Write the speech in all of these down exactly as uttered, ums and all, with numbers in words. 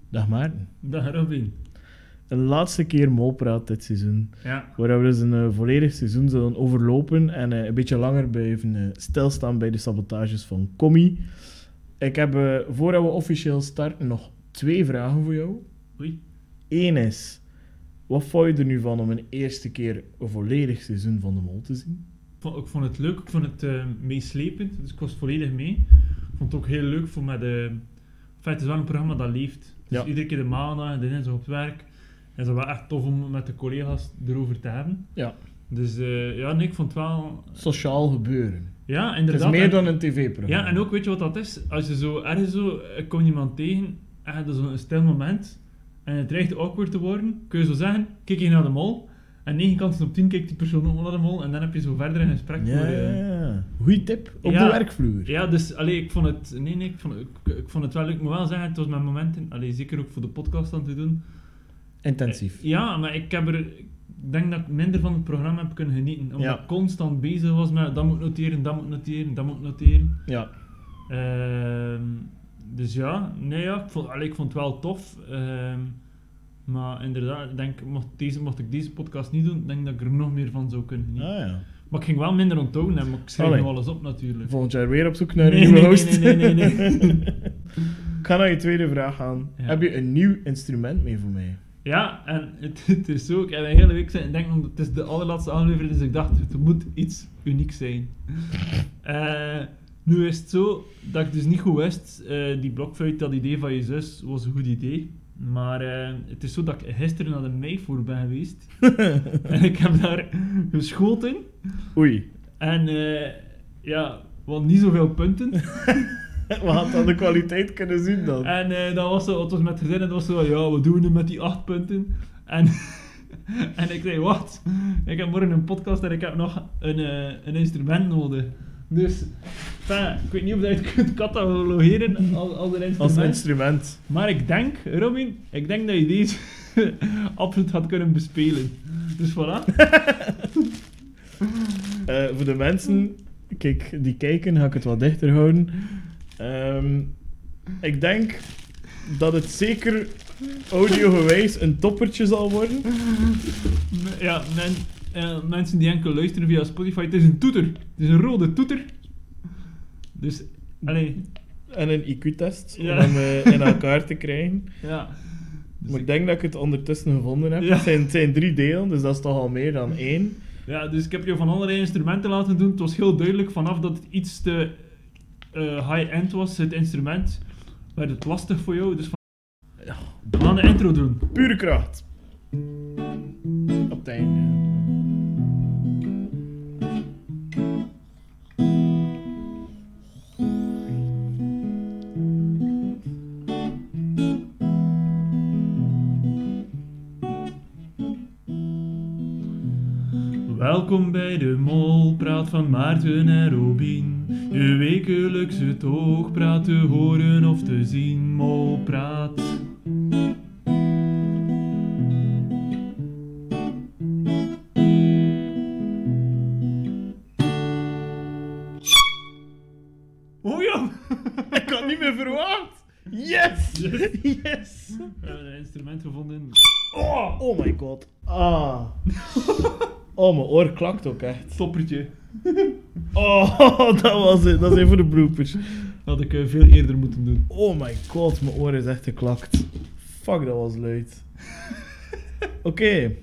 Dag Maarten. Dag Robin. Een laatste keer molpraat dit seizoen. Ja. Waar we dus een uh, volledig seizoen zullen overlopen en uh, een beetje langer blijven uh, stilstaan bij de sabotages van Commie. Ik heb, uh, voordat we officieel starten, nog twee vragen voor jou. Oei. Eén is, wat vond je er nu van om een eerste keer een volledig seizoen van de Mol te zien? Ik vond, ik vond het leuk, ik vond het uh, meeslepend, dus ik was volledig mee. Ik vond het ook heel leuk voor met de... Enfin, het is wel een programma dat leeft. Dus Ja. iedere keer de maandag en dinsdag op het werk. En het is wel echt tof om met de collega's erover te hebben. Ja. Dus uh, ja, nee, ik vond het wel... Sociaal gebeuren. Ja, Het inderdaad. is meer en, dan een tv-programma. Ja, en ook, weet je wat dat is? Als je zo ergens zo, ik kom iemand tegen, en je hebt zo'n stil moment, en het dreigt awkward te worden, kun je zo zeggen, kijk je naar de mol, en negen kansen op tien kijkt die persoon ook naar de mol, en dan heb je zo verder een gesprek Ja, voor je... ja. Goeie tip op Ja. de werkvloer. Ja, dus allee, ik vond het... Nee, nee, ik vond, ik, ik vond het wel leuk. Ik moet wel zeggen, het was mijn momenten, allee, zeker ook voor de podcast aan te doen. Intensief. Ja, maar ik heb er... Ik denk dat ik minder van het programma heb kunnen genieten. Omdat Ja. ik constant bezig was met dat moet noteren, dat moet noteren, dat moet noteren. Ja. Ehm, dus ja, nee ja, ik vond, allee, ik vond het wel tof. Ehm, maar inderdaad, ik denk, mocht, deze, mocht ik deze podcast niet doen, denk dat ik er nog meer van zou kunnen genieten. Ah ja. Maar ik ging wel minder onthouden, hè, maar ik schrijf Allee. nog alles op natuurlijk. Volgend jaar weer op zoek naar een Nee, nieuwe nee, host. nee, nee, nee, nee. Ik ga naar je tweede vraag gaan. Ja. Heb je een nieuw instrument mee voor mij? Ja, en het, het is zo, ik heb een hele week zitten denken, omdat het is de allerlaatste aflevering, dus ik dacht, het moet iets unieks zijn. Eh, nu is het zo, dat ik dus niet goed wist, eh, die blokfluit, dat idee van je zus, was een goed idee. Maar eh, het is zo dat ik gisteren naar de Meivoer ben geweest. En ik heb daar geschoten. Oei. En eh, ja, wel niet zoveel punten. We hadden dan de kwaliteit kunnen zien dan. En uh, dat was zo, het was met gezin en dat was zo, ja, wat doen we nu met die acht punten? En, en ik zei, wat? Ik heb morgen een podcast en ik heb nog een, uh, een instrument nodig. Dus, enfin, ik weet niet of je het kunt catalogeren als, als een instrument. Als instrument. Maar ik denk, Robin, ik denk dat je deze absoluut had kunnen bespelen. Dus voilà. Uh, voor de mensen kijk, die kijken, ga ik het wat dichter houden. Um, ik denk dat het zeker audiogewijs een toppertje zal worden. Ja, men, uh, mensen die enkel luisteren via Spotify, het is een toeter. Het is een rode toeter. Dus, allee. En een I Q-test, Ja. om hem uh, in elkaar te krijgen. Ja. Dus Maar ik denk dat ik het ondertussen gevonden heb. Ja. Het, zijn, het zijn drie delen, dus dat is toch al meer dan één. Ja, dus ik heb je van allerlei instrumenten laten doen. Het was heel duidelijk, vanaf dat het iets te uh, high-end was, het instrument, werd het lastig voor jou. Dus van... Ja. We gaan de intro doen. Pure kracht. Op het einde. Welkom bij de Molpraat van Maarten en Robin. Je wekelijkse toogpraat te horen of te zien. Molpraat. Oh ja! Ik had niet meer verwacht. Yes! Yes. Yes! We hebben een instrument gevonden. Oh, oh my god. Ah. Oh, mijn oor klakt ook echt. Toppertje. Oh, dat was het. Dat is even voor de bloopers. Dat had ik uh, veel eerder moeten doen. Oh my god, mijn oor is echt geklakt. Fuck, dat was luid. Oké. Okay.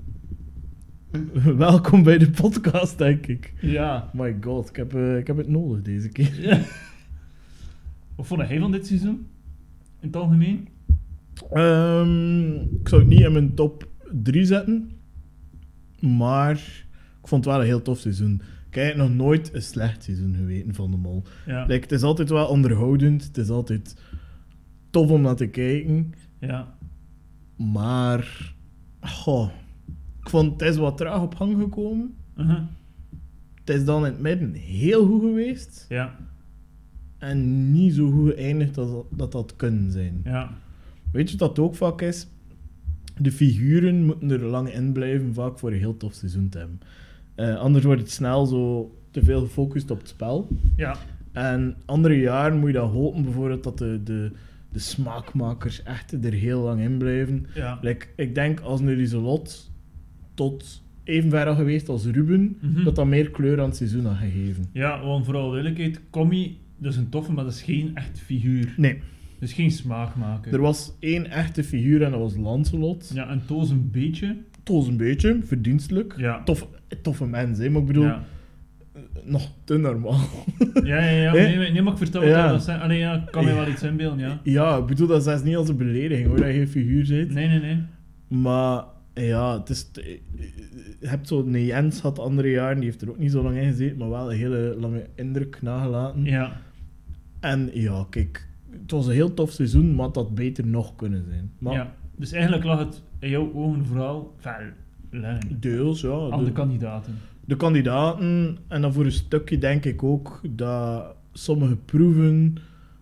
Welkom bij de podcast, denk ik. Ja. My god, ik heb, uh, ik heb het nodig deze keer. Ja. Wat vond jij van dit seizoen? In het algemeen? Um, ik zou het niet in mijn top drie zetten. Maar ik vond het wel een heel tof seizoen. Ik heb nog nooit een slecht seizoen geweten van de Mol. Ja. Like, het is altijd wel onderhoudend. Het is altijd tof om naar te kijken. Ja. Maar... Goh, ik vond het is wat traag op gang gekomen. Uh-huh. Het is dan in het midden heel goed geweest. Ja. En niet zo goed geëindigd als dat dat had kunnen zijn. Ja. Weet je wat dat ook vaak is? De figuren moeten er lang in blijven, vaak voor een heel tof seizoen te hebben. Uh, anders wordt het snel zo te veel gefocust op het spel. Ja. En andere jaren moet je dan hopen bijvoorbeeld dat de, de, de smaakmakers echt er heel lang in blijven. Ja. Like, ik denk als een Lieselot tot even ver had geweest als Ruben, Mhm. dat dat meer kleur aan het seizoen had gegeven. Ja, want vooral duidelijkheid, Commie, dat is een toffe, maar dat is geen echt figuur. Nee, Dat is geen smaakmaker. er was één echte figuur en dat was Lancelot. Ja, en Toos een beetje. Toos een beetje, verdienstelijk. Ja. Tof, toffe mens, hè, maar ik bedoel, Ja. nog te normaal. Ja, ja, ja. Hè? Nee, nee, nee, maar ik vertel wat Ja. dat zijn. Allee, ja, ik kan me wel iets inbeelden, ja. Ja, ik bedoel dat zelfs niet als een belediging hoor, dat je geen figuur bent. Nee, nee, nee. Maar ja, het is... t- Je hebt zo... Nee, Jens had andere jaren, die heeft er ook niet zo lang in gezeten, maar wel een hele lange indruk nagelaten. Ja. En ja, kijk, het was een heel tof seizoen, maar het had beter nog kunnen zijn. Maar ja. Dus eigenlijk lag het in jouw ogen vooral... Enfin, liggen deels, ja. aan De, de kandidaten. de kandidaten, en dan voor een stukje denk ik ook dat sommige proeven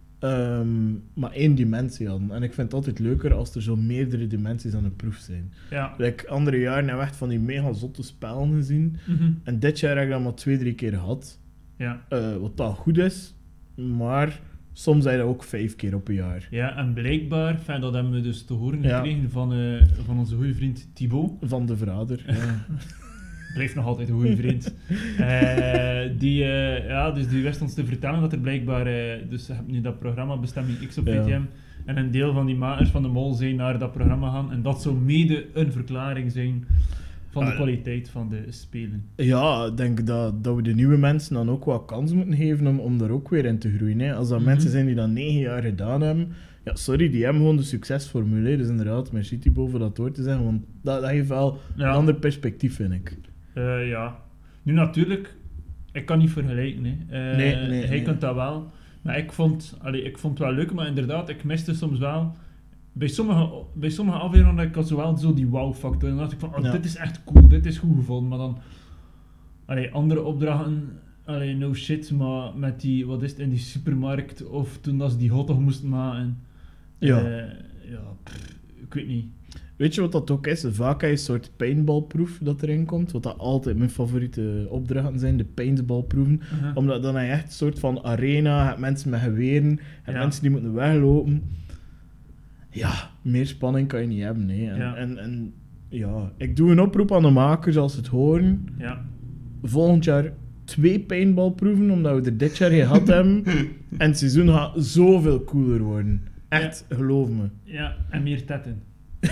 ehm, maar één dimensie hadden. En ik vind het altijd leuker als er zo meerdere dimensies aan een proef zijn. Ja. Like, andere jaren hebben we echt van die mega zotte spellen gezien. Mhm. En dit jaar heb ik dat maar twee, drie keer gehad. Ja. Eh, wat dat goed is, maar soms zijn dat ook vijf keer op een jaar. Ja, en blijkbaar, enfin, dat hebben we dus te horen Ja. gekregen van, eh, van onze goede vriend Thibaut. Van de verrader. Ja. Blijft nog altijd een goede vriend. Eh, die, eh, ja, dus die wist ons te vertellen dat er blijkbaar... eh, dus je hebt nu dat programma Bestemming X op Ja. V T M. En een deel van die makers van de Mol zijn naar dat programma gaan. En dat zou mede een verklaring zijn van de Ah, kwaliteit van de spelen. Ja, ik denk dat, dat we de nieuwe mensen dan ook wat kans moeten geven om, om daar ook weer in te groeien. Hè. Als dat Mhm. mensen zijn die dat negen jaar gedaan hebben, ja, sorry, die hebben gewoon de succesformule. Hè. Dus inderdaad, merci Thibaut voor dat door te zeggen, want dat, dat geeft wel Ja. een ander perspectief, vind ik. Eh, ja. Nu natuurlijk, ik kan niet vergelijken. Hè. Eh, Nee, nee, hij nee. kunt dat wel. Maar ik vond, allee, ik vond het wel leuk, maar inderdaad, ik miste soms wel... Bij sommige, bij sommige afleveringen had ik zo wel zo die wow-factor. En dan dacht ik van, oh, Ja. dit is echt cool, dit is goed gevonden. Maar dan, allee, andere opdrachten, allee, no shit, maar met die, wat is het, in die supermarkt, of toen dat ze die hotdog moesten maken. Ja. Eh, ja, pff, ik weet niet. Weet je wat dat ook is? Vaak heb je een soort paintballproef dat erin komt, wat dat altijd mijn favoriete opdrachten zijn, de paintballproeven. Uh-huh. Omdat dan heb je echt een soort van arena, je hebt mensen met geweren, je hebt Ja. mensen die moeten weglopen. Ja, meer spanning kan je niet hebben. Hè. En, Ja. en, en ja, ik doe een oproep aan de makers als ze het horen. Ja. Volgend jaar twee paintballproeven, omdat we er dit jaar gehad hebben. En het seizoen gaat zoveel cooler worden. Echt, geloof me. Ja, en meer tetten.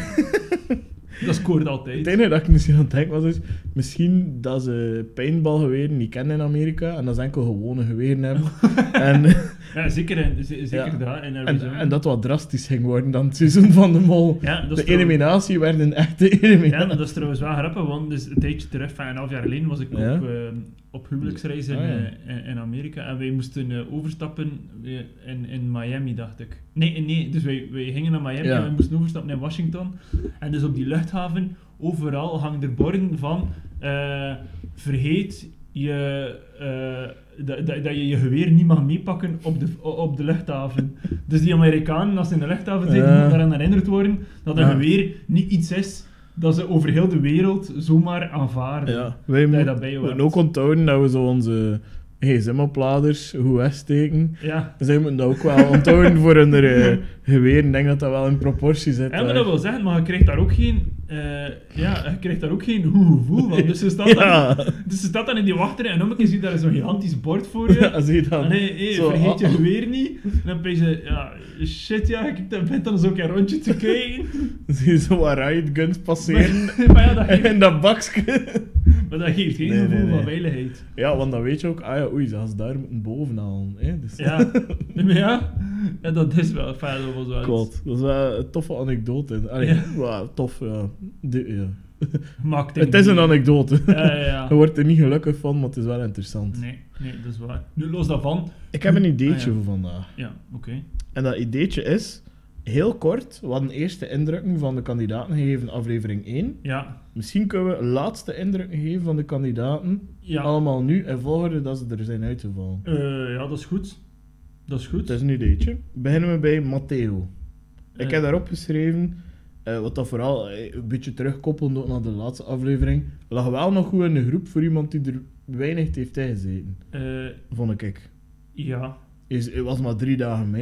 Dat scoort altijd. Het enige dat ik misschien aan het denken was, is misschien dat ze paintballgeweren niet kennen in Amerika en dat ze enkel gewone geweren hebben. en, Ja, zeker, in, z- zeker Ja. dat. In en, Arizona. en dat wat drastisch ging worden dan het seizoen van de mol. ja, dat is De trouwens- eliminatie werd een echte Ja, eliminatie. dat is trouwens wel grappig, want dus een tijdje terug, van een half jaar geleden, was ik Ja. op, eh, op huwelijksreis in, Ah, ja. eh, in, in Amerika. En wij moesten eh, overstappen eh, in, in Miami, dacht ik. Nee, nee, dus wij, wij gingen naar Miami Ja. en we moesten overstappen in Washington. En dus op die luchthaven, overal hangen er borden van... eh, vergeet je... eh, dat, dat, dat je je geweer niet mag meepakken op de, op de luchthaven. Dus die Amerikanen, als ze in de luchthaven zijn, Ja. moeten daaraan herinnerd worden dat een Ja. geweer niet iets is dat ze over heel de wereld zomaar aanvaarden. Ja, wij Dat je mo- dat bij je moeten hebt. ook onthouden dat we zo onze gsm-opladers goed wegsteken. Ja. Dus wij moeten dat ook wel onthouden voor hun uh, geweren. Ik denk dat dat wel in proportie zit. Ja, maar daar. dat wil zeggen, maar je krijgt daar ook geen... eh, ja, je krijgt daar ook geen goed gevoel van. Dus je staat, Ja. dan, dus je staat dan in die wachtrij en om een keer zie je daar zo'n gigantisch bord voor je. Ja, zie je dan. En nee, hey, Zo, vergeet je ah, geweer niet. En dan ben je, ja, shit, ja, ik ben dan zo een rondje te kijken. zie je zo wat riot guns passeren. Maar ja, dat geeft, in dat bakje. maar dat geeft geen Nee, gevoel nee, nee. van veiligheid. Ja, want dan weet je ook, ah ja, oei, ze gaan ze daar moeten bovenhalen. Hè? Dus, Ja, maar ja, ja, dat is wel fijn. Dat was wel iets. Klopt. Dat is wel een toffe anekdote. Allee, Ja. wauw, tof, ja. De- ja. Maakt Het is een niet. anekdote. Ja, ja, ja. Je wordt er niet gelukkig van, maar het is wel interessant. Nee, nee, dat is waar. Nu, los daarvan... Ik heb een ideetje Ah, ja. voor vandaag. Ja, oké. En dat ideetje is, heel kort, we hadden eerste indrukken van de kandidaten gegeven in aflevering één. Ja, Misschien kunnen we laatste indrukken geven van de kandidaten. ja. Allemaal nu, en volgorde dat ze er zijn uitgevallen. Eh, ja, dat is goed. Dat is goed. Het is een ideetje. Beginnen we bij Matteo. Ik Eh, heb daarop geschreven, eh, wat dat vooral eh, een beetje terugkoppelend ook naar de laatste aflevering, lag wel nog goed in de groep voor iemand die er weinig heeft ingezeten, eh, vond ik. ja. Hij is- hij was maar drie dagen mee,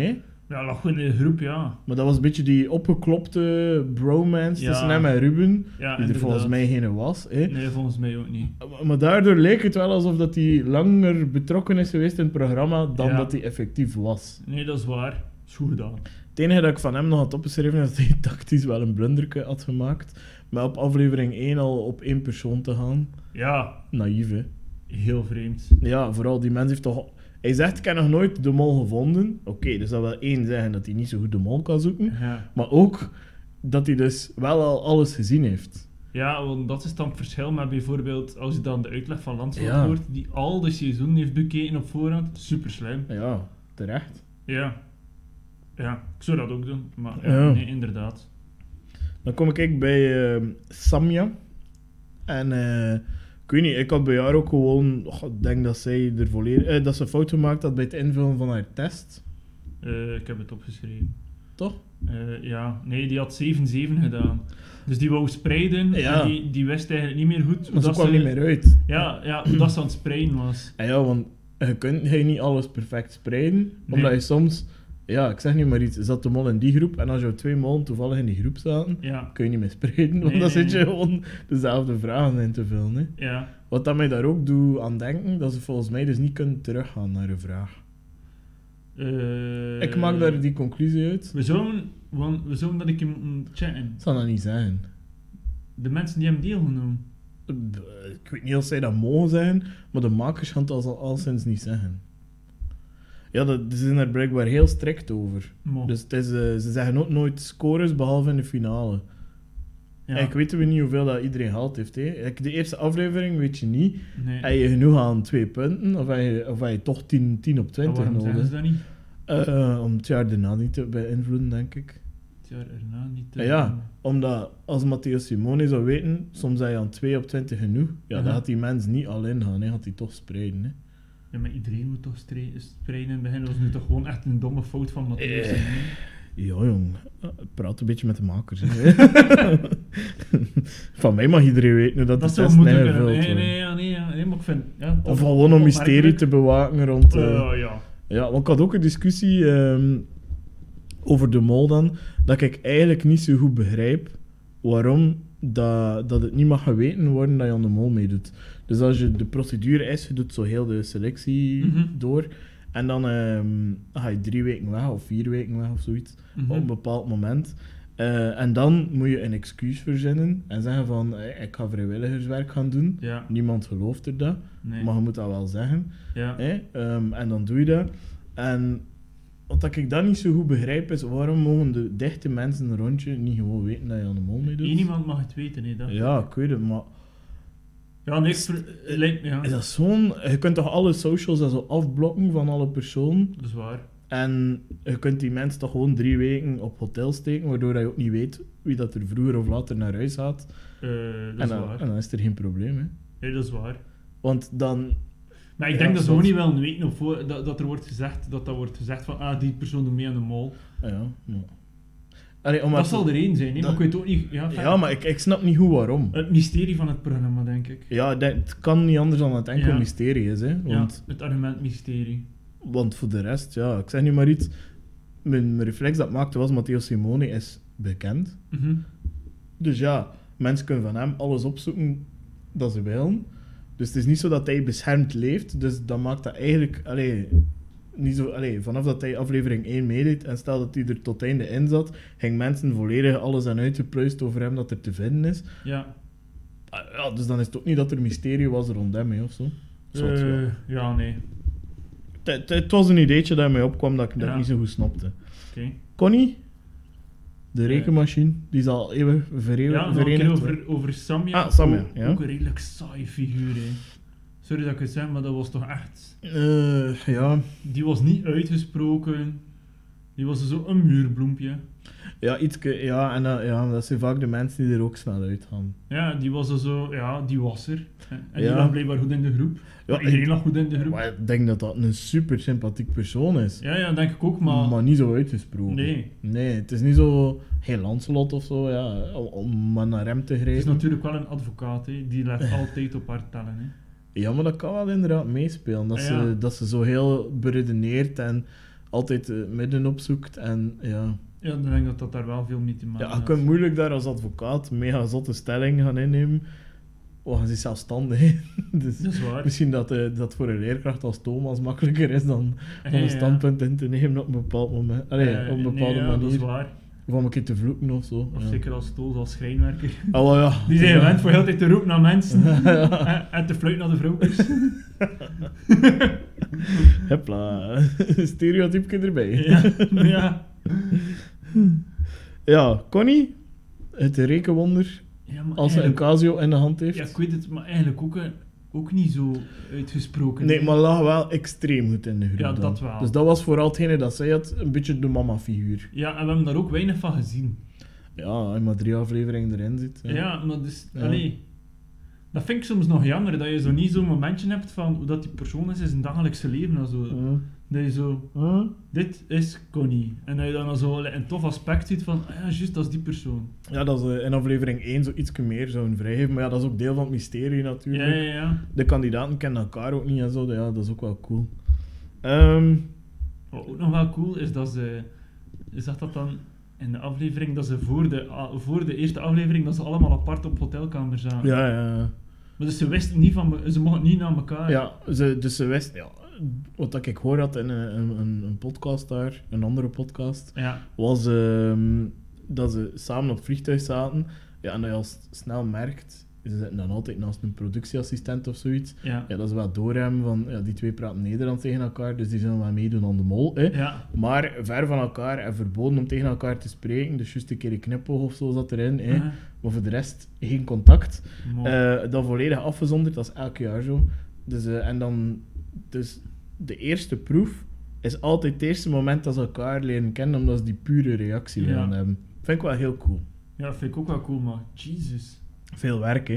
Ja, lag gewoon in de groep, ja. Maar dat was een beetje die opgeklopte bromance Ja. tussen hem en Ruben, Ja, die er volgens mij geen was. Hè. Nee, volgens mij ook niet. Maar daardoor leek het wel alsof dat hij langer betrokken is geweest in het programma dan Ja. dat hij effectief was. Nee, dat is waar. Is goed gedaan. Het enige dat ik van hem nog had opgeschreven is dat hij tactisch wel een blunderke had gemaakt. Maar op aflevering één al op één persoon te gaan. Ja, Naïef, hè. heel vreemd. Ja, vooral die mens heeft toch... Hij zegt, ik heb nog nooit de mol gevonden. Oké, dus dat wil één zeggen dat hij niet zo goed de mol kan zoeken. Ja. Maar ook dat hij dus wel al alles gezien heeft. Ja, want dat is dan het verschil met bijvoorbeeld, als je dan de uitleg van Lancelot Ja. hoort, die al de seizoen heeft bekeken op voorhand, super slim. Ja, terecht. Ja. Ja, ik zou dat ook doen, maar ja, Ja. nee, inderdaad. Dan kom ik bij eh, Samja. En eh, ik weet niet, ik had bij haar ook gewoon... oh, ik denk dat zij er volledig... eh, dat ze een fout gemaakt had bij het invullen van haar test. Eh, ik heb het opgeschreven. Toch? Eh, ja, nee, die had zeven zeven gedaan. Dus die wou spreiden Ja. en die, die wist eigenlijk niet meer goed hoe Maar ze dat kwam ze... niet meer uit. Ja, ja, hoe dat ze aan het spreiden was. En ja, want je kunt je niet alles perfect spreiden. Nee. Omdat je soms... Ja, ik zeg nu maar iets. Zat de mol in die groep en als je twee mollen toevallig in die groep zaten, Ja, kun je niet meer spreiden. Want Nee, dan nee, zit je nee. gewoon dezelfde vragen in te vullen. Hè. ja. Wat dat mij daar ook doet aan denken, dat ze volgens mij dus niet kunnen teruggaan naar een vraag. Eh, Ik maak daar die conclusie uit. We zouden, want we zouden dat ik hem moeten chatten. Ik zal dat niet zeggen. De mensen die hem deelgenomen. Ik weet niet of zij dat mogen zijn, maar de makers gaan het al, al sinds niet zeggen. Ja, dat, ze zijn er blijkbaar heel strikt over. Mo. Dus het is, eh, ze zeggen ook nooit scores, behalve in de finale. ja. Ik weet we niet hoeveel dat iedereen gehaald heeft. Hè. Like, de eerste aflevering weet je niet. Nee. Heb je genoeg aan twee punten, of heb je, of heb je toch tien, tien op twintig Waarom zeggen nodig? ze dat niet? Eh, om het jaar daarna niet te beïnvloeden, denk ik. Het jaar erna niet te Ja, ja. Omdat als Matteo Simone zou weten, soms heb je aan twee op twintig genoeg. Ja, Aha. dan gaat die mens niet al ingaan, hè. Gaat hij toch spreiden. Hè. Ja, maar iedereen moet toch stre- spreiden in het begin. Dat was nu toch gewoon echt een domme fout van Matthias. Eh. Simone. Ja, jong. Eh, Praat een beetje met de makers. Hè. Van mij mag iedereen weten hoe dat, Dat de zou test moeten kunnen. ingevuld Nee, wordt. nee, ja, nee, ja, nee, maar ik vind... Ja, Of op- gewoon om mysterie opmerkelijk. te bewaken rond... eh, Eh, ja. Ja, want ik had ook een discussie ehm, over de mol dan, dat ik eigenlijk niet zo goed begrijp waarom dat, dat het niet mag geweten worden dat je aan de mol meedoet. Dus als je de procedure is, je doet zo heel de selectie Mhm. door, en dan ehm, ga je drie weken weg of vier weken weg of zoiets, Mhm. op een bepaald moment. Eh, en dan moet je een excuus verzinnen en zeggen van, eh, ik ga vrijwilligerswerk gaan doen. Ja, Niemand gelooft er dat, nee. maar je moet dat wel zeggen. Ja. Hè? Ehm, en dan doe je dat. En wat ik dan niet zo goed begrijp is, waarom mogen de dichte mensen een rondje niet gewoon weten dat je aan de mol mee doet? Eén iemand mag het weten, hè, dat. Ja, ik weet het, maar Ja, nee, ik ver- lijkt me, ja. is dat zo'n... Je kunt toch alle socials en zo afblokken van alle personen? Dat is waar. En je kunt die mensen toch gewoon drie weken op hotel steken, waardoor je ook niet weet wie dat er vroeger of later naar huis gaat. Eh, dat En is dan, waar. en dan is er geen probleem, hè. Nee, dat is waar. Want dan... Maar ik Ja, denk dat ze soms. gewoon niet willen weten of voor, dat, dat er wordt gezegd, dat dat wordt gezegd van, ah, die persoon doet mee aan de mol. Ja, maar... Allee, om maar Dat zal er één zijn, hè, maar dat- ik weet ook niet... Ja, Ja, maar ik, ik snap niet goed waarom. Het mysterie van het programma, denk ik. Ja, dat, het kan niet anders dan dat het enkel Ja. mysterie is, hè. Want, Ja, het argument mysterie. want voor de rest, ja, ik zeg nu maar iets. Mijn, mijn reflex dat maakte was, Matteo Simone is bekend. Mhm. Dus ja, mensen kunnen van hem alles opzoeken dat ze willen. Dus het is niet zo dat hij beschermd leeft. Dus dat maakt dat eigenlijk... Allee, niet zo, allee, vanaf dat hij aflevering één meedeed en stel dat hij er tot het einde in zat, ging mensen volledig alles aan uitgepluist over hem dat er te vinden is. Ja. Ah, ja, dus dan is het ook niet dat er mysterie was rond hem, hè, of zo. Zot, Eh, ja. ja, nee. Het- Het het was een ideetje dat mij opkwam dat ik dat Ja. niet zo goed snapte. Oké. Connie, de Ja. rekenmachine, die is al eeuwig vereeuwig, Ja, nog een keer verenigd. over, over Samja. Ah, Samja, ook, ja. ook een redelijk saai figuur, hè. Sorry dat ik het zeg, maar dat was toch echt... Eh, ja. Die was niet uitgesproken. Die was zo een muurbloempje. Ja, ietske, ja, en dat- ja, dat zijn vaak de mensen die er ook snel uitgaan. Ja, die was er zo... Ja, die was er. En die Ja. lag blijkbaar goed in de groep. Ja, Ja, iedereen ik- lag goed in de groep. Maar ik denk dat dat een super sympathiek persoon is. Ja, ja, denk ik ook, maar... Maar niet zo uitgesproken. Nee. Nee, het is niet zo heel Lancelot of zo, ja, om- om maar naar hem te Het is grijpen. natuurlijk wel een advocaat, hè. Die legt altijd op haar tellen, hè. Ja, maar dat kan wel inderdaad meespelen. Dat, Ja. ze, dat ze zo heel beredeneerd en altijd het midden opzoekt. En ja... Ja, dan denk ik dat dat daar wel veel mee te maken Ja, je heeft. kunt moeilijk daar als advocaat mega zotte stelling gaan innemen. Oh, hij is zelfstandig, hè. Dus Dat is waar. misschien dat uh, dat voor een leerkracht als Thomas makkelijker is dan Ja, om een ja. standpunt in te nemen op een bepaald moment. Allee, Eh, op een bepaalde nee, ja, manier. dat is waar. Of om een keer te vloeken of zo. Of ja. zeker als Toos, als schrijnwerker. Oh, wel, ja. Die zijn Ja. gewend voor heel de tijd te roepen naar mensen. Ja. en, en te fluiten naar de vrouwtjes. Hopla. Stereotypje erbij. ja, ja. Ja, Connie, het rekenwonder, Ja, maar als hij een eigenlijk- Casio in de hand heeft. Ja, ik weet het, maar eigenlijk ook, eh, ook niet zo uitgesproken. Nee, hè. maar lag wel extreem goed in de groep Ja, dan. dat wel. Dus dat was vooral hetgene dat zij had, een beetje de mama-figuur. Ja, en we hebben daar ook weinig van gezien. Ja, als je maar drie afleveringen erin zit. Ja, Ja. maar dus, Ja. allee, dat vind ik soms nog jammer, dat je zo niet zo'n momentje hebt van hoe dat die persoon is in zijn dagelijkse leven. En zo. Ja. Dat je zo, Huh? dit is Connie. En dat je dan al zo een tof aspect ziet van, ah ja, juist, dat is die persoon. Ja, dat is eh, in aflevering één zo iets meer zouden vrijgeven. Maar ja, dat is ook deel van het mysterie natuurlijk. Ja, ja, ja. De kandidaten kennen elkaar ook niet en zo. Ja, dat is ook wel cool. Ehm, Wat ook nog wel cool is dat ze, je zag dat dan in de aflevering, dat ze voor de, a- voor de eerste aflevering, dat ze allemaal apart op hotelkamer zaten. ja, ja, ja. Maar dus ze wisten niet van, me- ze mochten niet naar elkaar. Ja, ze, dus ze wist, ja, wat dat ik hoor had in een, een, een- een podcast daar, een andere podcast, Ja. was ehm, dat ze samen op het vliegtuig zaten. Ja, en dat je al s- snel merkt, ze zitten dan altijd naast een productieassistent of zoiets. Ja. Ja, dat is wel doorhebben van, ja, die twee praten Nederlands tegen elkaar, dus die zullen wel meedoen aan de mol. Hè. Ja. Maar ver van elkaar en verboden om tegen elkaar te spreken, dus juist een keer een knipoog of zo zat erin. Hè. Uh, Maar voor de rest geen contact. mooi. Eh, dat volledig afgezonderd, dat is elk jaar zo. Dus, eh, en dan, dus de eerste proef is altijd het eerste moment dat ze elkaar leren kennen, omdat ze die pure reactie Ja. willen hebben. Vind ik wel heel cool. ja, dat vind ik ook wel cool, maar Jesus. Veel werk, hè.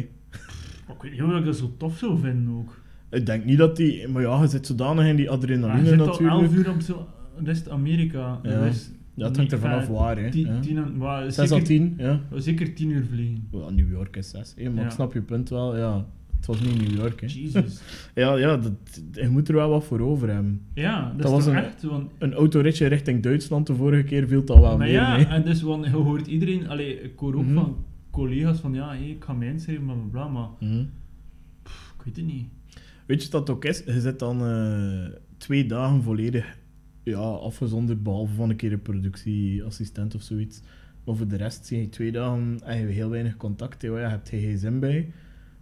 Ik weet niet of ik dat zo tof zou vinden ook. Ik denk niet dat die... Maar ja, je zit zodanig in die Maar adrenaline je zit al natuurlijk. elf uur op zo, dat is Amerika. Ja. Dat is Ja, het hangt er vanaf niet- waar, hè. Tien, Ja. tien en- maar Zes à zeker, tien, ja. zeker tien uur vliegen. Well, New York is zes, hè. Maar Ja. ik snap je punt wel, ja. Het was niet New York, hè. Jesus. Ja, ja dat, je moet er wel wat voor over hebben. Ja, dat, Dat is was toch een- echt. Want, Een autoritje richting Duitsland de vorige keer viel dat wel maar mee, ja, hè. en dus, want je hoort iedereen, allee, ik hoor ook Mhm. van collega's van ja, hey, ik ga mij inschrijven, bla bla bla, maar Mhm. pff, ik weet het niet. Weet je wat dat ook is? Je zit dan eh, twee dagen volledig ja, afgezonderd, behalve van een keer een productieassistent of zoiets. Maar voor de rest zie je twee dagen heb je heel weinig contact. Hè. Ja, je hebt geen gsm bij.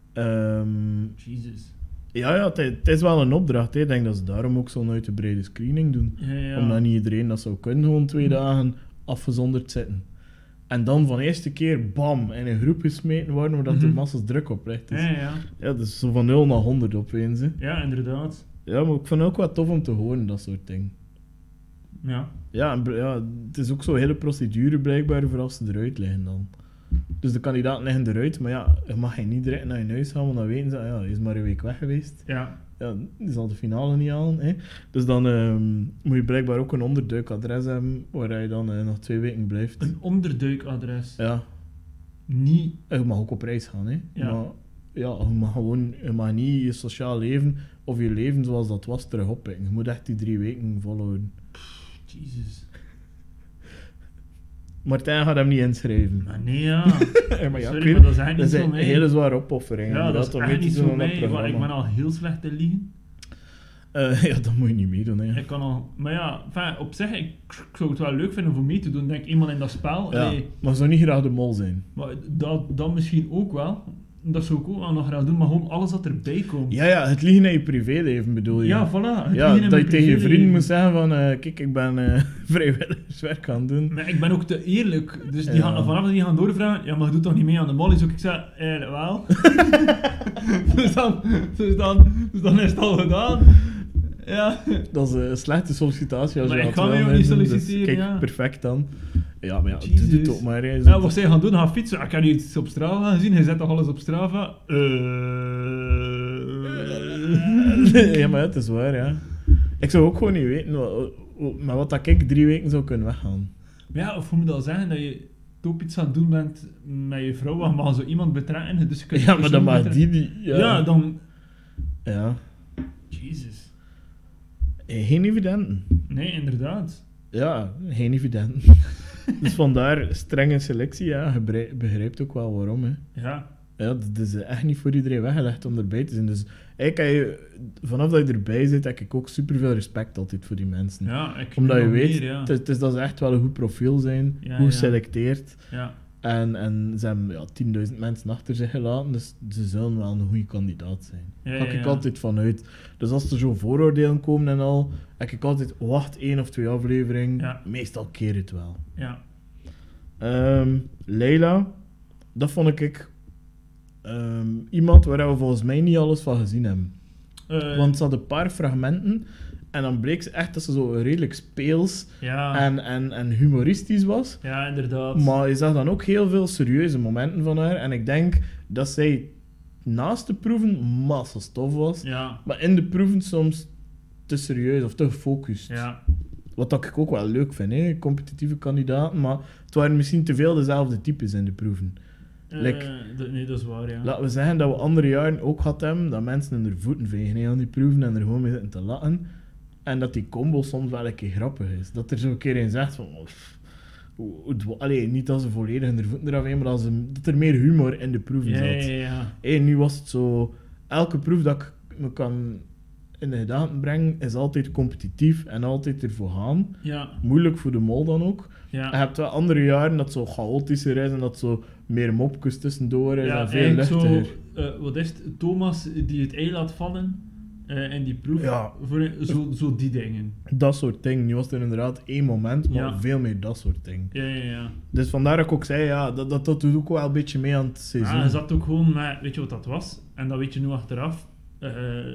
Ehm, Jesus. ja, ja het, het is wel een opdracht. Hè. Ik denk dat ze daarom ook zo'n uitgebreide screening doen. Ja, ja. Omdat niet iedereen dat zou kunnen, gewoon twee dagen afgezonderd zitten. En dan van de eerste keer, bam, in een groep gesmeten worden, waar dat er Mhm. massas druk op ligt. Dus, Ja, ja. ja, dus zo van nul naar honderd opeens. Hè. Ja, inderdaad. Ja, maar ik vind het ook wel tof om te horen, dat soort dingen. Ja. Ja, en, bl- ja, het is ook zo'n hele procedure blijkbaar voor als ze eruit liggen dan. Dus de kandidaten liggen eruit, maar ja, je mag geen niet direct naar je huis gaan, want dan weten ze, ah ja, hij is maar een week weg geweest. Ja. Ja, die zal de finale niet halen. Hè. Dus dan ehm, moet je blijkbaar ook een onderduikadres hebben, waar je dan eh, nog twee weken blijft. Een onderduikadres. Ja, Niet. en je mag ook op reis gaan, hè. Ja. Maar ja, je mag gewoon, je mag niet je sociaal leven of je leven zoals dat was terug oppikken. Je moet echt die drie weken volhouden. Jesus. Martijn gaat hem niet inschrijven. Maar nee, ja. Ja, maar ja, Sorry, ik weet maar dat is echt dat niet is zo een mee. hele zware opoffering. Ja, dat is om mee echt te niet doen zo aan dat mee. Maar ik programma. ben al heel slecht te liegen. Eh, ja, dat moet je niet meedoen, hè. Ik kan al... Maar ja, enfin, op zich, ik, ik zou het wel leuk vinden om mee te doen. Denk iemand in dat spel. Ja, Allee, maar zou niet graag de mol zijn. maar dat, dat misschien ook wel. Dat zou ik ook wel nog graag doen. Maar gewoon alles dat erbij komt. Ja, ja, het liegen in je privéleven bedoel je. Ja, voilà. Het Ja, liegen in dat je mijn tegen je vrienden privéleven. moet zeggen van, eh, kijk, ik ben eh, vrijwilligerswerk gaan doen. Maar ik ben ook te eerlijk. Dus die Ja. gaan, vanaf dat die gaan doorvragen, ja, maar je doet toch niet mee aan de mollies? Ook ik zeg, eh, wel. dus, dan, dus, dan, dus dan is het al gedaan. Ja. Dat is eh, een slechte sollicitatie als Maar je ik dat ga wel mij ook niet vindt, dus solliciteren, kijk, ja. perfect dan. Ja, maar ja, doe Jezus. het ook maar. Hè. Ja, wat zij gaan doen, gaan fietsen. Ik heb nu iets op Strava gezien. Hij zet toch alles op Strava? Eh. Ja, maar ja, het is waar, ja. Ik zou ook gewoon niet weten wat, wat- met wat dat ik drie weken zou kunnen weggaan. Maar ja, of hoe moet je dat zeggen? Dat je toch iets aan het doen bent met je vrouw, maar mag zo iemand betrekken. Dus je kunt Ja, maar dan mag betrekken. die... die Ja. ja. dan... Ja. Jesus. Geen evidenten. Nee, inderdaad. Ja, geen evidenten. Dus vandaar strenge selectie, ja. Je begrij- begrijpt ook wel waarom, hè. Ja. Ja, het is echt niet voor iedereen weggelegd om erbij te zijn. Dus eigenlijk, heb je, vanaf dat je erbij zit, heb ik ook superveel respect altijd voor die mensen. Ja, ik Omdat je nog weet, meer, ja. het, is, het is dat ze echt wel een goed profiel zijn, Ja, goed ja. geselecteerd. Ja. En, en ze hebben ja, tienduizend mensen achter zich gelaten, dus ze zullen wel een goede kandidaat zijn. Ja, Daar ga ja, ik ja. altijd vanuit. Dus als er zo'n vooroordelen komen en al, heb ik altijd, wacht één of twee afleveringen. Ja. Meestal keer het wel. Ja. Ehm Leila, dat vond ik ehm, iemand waar we volgens mij niet alles van gezien hebben. Eh, Want ze had een paar fragmenten en dan bleek ze echt dat ze zo redelijk speels ja. en, en, en humoristisch was. Ja, inderdaad. Maar je zag dan ook heel veel serieuze momenten van haar. En ik denk dat zij naast de proeven massa stof was, Ja. maar in de proeven soms te serieus of te gefocust. Ja. Wat dat ik ook wel leuk vind, hè? Competitieve kandidaten, maar het waren misschien te veel dezelfde types in de proeven. Like- Eh, dat- nee, dat is waar, ja. Laten we zeggen dat we andere jaren ook gehad hebben, dat mensen in hun voeten vegen hè, aan die proeven en er gewoon mee zitten te lachen. En dat die combo soms wel een keer grappig is. Dat er zo een keer een zegt van... Oh, pff, hoe- hoe dwa- allee, niet dat ze volledig hun voeten eraf hebben, maar dat, ze, dat er meer humor in de proeven Ja, zat. ja, ja. Hey, nu was het zo... Elke proef dat ik me kan in de gedachten brengen, is altijd competitief en altijd ervoor gaan. Ja, Moeilijk voor de mol dan ook. Je ja. hebt wel andere jaren dat zo chaotischer is en dat zo meer mopjes tussendoor is Ja, en veel eigenlijk zo, luchtiger. eh, wat is het, Thomas die het ei laat vallen eh, en die proef, Ja. voor, zo, zo die dingen. Dat soort dingen. Nu was er inderdaad één moment, maar Ja. veel meer dat soort dingen. Ja, ja, ja. Dus vandaar dat ik ook zei, ja, dat, dat, dat doet ook wel een beetje mee aan het seizoen. Ah, hij zat ook gewoon met, weet je wat dat was? En dat weet je nu achteraf. Eh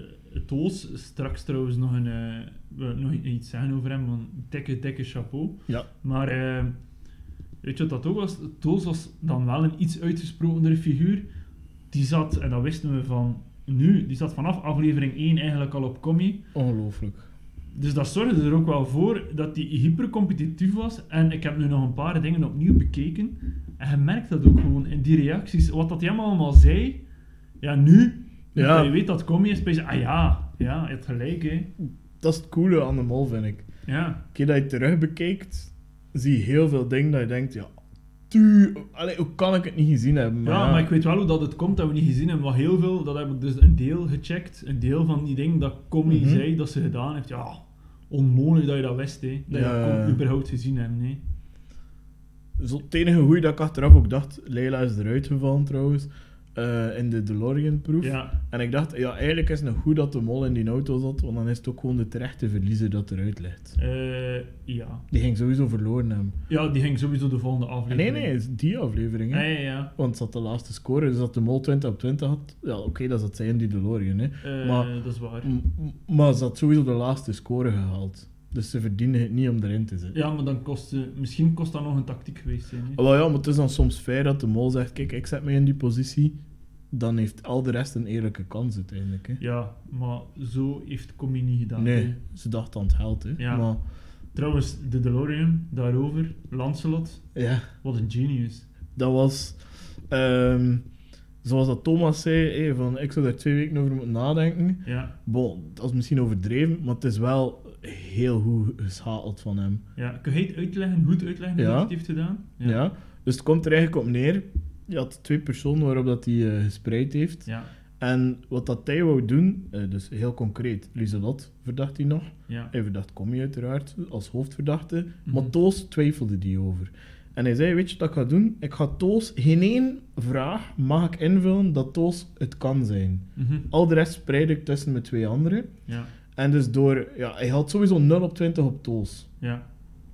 Toos, straks trouwens nog, een, eh, we- nog iets zeggen over hem, want dikke, dikke chapeau. Ja. Maar eh, weet je wat dat ook was? Toos was dan wel een iets uitgesprokenere figuur. Die zat, en dat wisten we van nu, die zat vanaf aflevering één eigenlijk al op commie. Ongelooflijk. Dus dat zorgde er ook wel voor dat hij hypercompetitief was. En ik heb nu nog een paar dingen opnieuw bekeken. En je merkt dat ook gewoon in die reacties. Wat dat hij hem allemaal zei. Ja, nu, Ja. dat je weet dat het commie is, ben je, ah ja, ja, je hebt gelijk, hè. Dat is het coole aan de mol, vind ik. Ja, Een keer dat je terug bekijkt, zie je heel veel dingen dat je denkt, ja, tu, allee, hoe kan ik het niet gezien hebben? ja, maar ik weet wel hoe dat het komt dat we niet gezien hebben. Maar heel veel, dat heb ik dus een deel gecheckt. Een deel van die dingen dat commie Mhm. zei dat ze gedaan heeft. Ja, onmogelijk dat je dat wist, hè. Dat Ja, je ja, dat ja. überhaupt gezien hebt, nee. Zo, het enige goeie dat ik achteraf ook dacht, Leila is eruit gevallen trouwens, eh, in de DeLorean-proef. Ja, En ik dacht, ja, eigenlijk is het nog goed dat de mol in die auto zat, want dan is het ook gewoon de terechte verliezer dat eruit ligt. eh, ja. Die ging sowieso verloren hebben. Ja, die ging sowieso de volgende Nee, aflevering. nee, het is die aflevering. Hè? Ja, ja, ja. Want ze had de laatste score, dus dat de mol twintig op twintig had. Ja, oké, dat zat zij in die DeLorean. Hè. Eh, Maar- dat is waar. M- m- maar ze had sowieso de laatste score gehaald. Dus ze verdienen het niet om erin te zitten. Ja, maar dan kost, eh, misschien kost dat nog een tactiek geweest zijn. Hè? Oh, wel ja, maar het is dan soms fijn dat de mol zegt, kijk, ik zet mij in die positie. Dan heeft al de rest een eerlijke kans uiteindelijk. Hè. Ja, maar zo heeft Commie niet gedaan. Nee, hè. ze dacht aan het geld. Hè. Ja. Maar Trouwens, de DeLorean, daarover, Lancelot, ja, wat een genius. dat was... ehm, zoals dat Thomas zei, hè, van, ik zou daar twee weken over moeten nadenken. Ja, Bon, dat is misschien overdreven, maar het is wel heel goed geschakeld van hem. ja. Kun je het uitleggen, goed uitleggen hoe Ja. hij het heeft gedaan? Ja. Dus het komt er eigenlijk op neer. Je had twee personen waarop dat hij eh, gespreid heeft. Ja, En wat dat hij wou doen, eh, dus heel concreet, Lieselot verdacht hij nog. ja. Hij verdacht Commie uiteraard als hoofdverdachte. Mhm. Maar Toos twijfelde die over. En hij zei, weet je wat ik ga doen? Ik ga Toos geen één vraag mag ik invullen dat Toos het kan zijn. Mhm. Al de rest spreid ik tussen met twee anderen. Ja, En dus door... Ja, hij had sowieso nul op twintig op Toos. ja,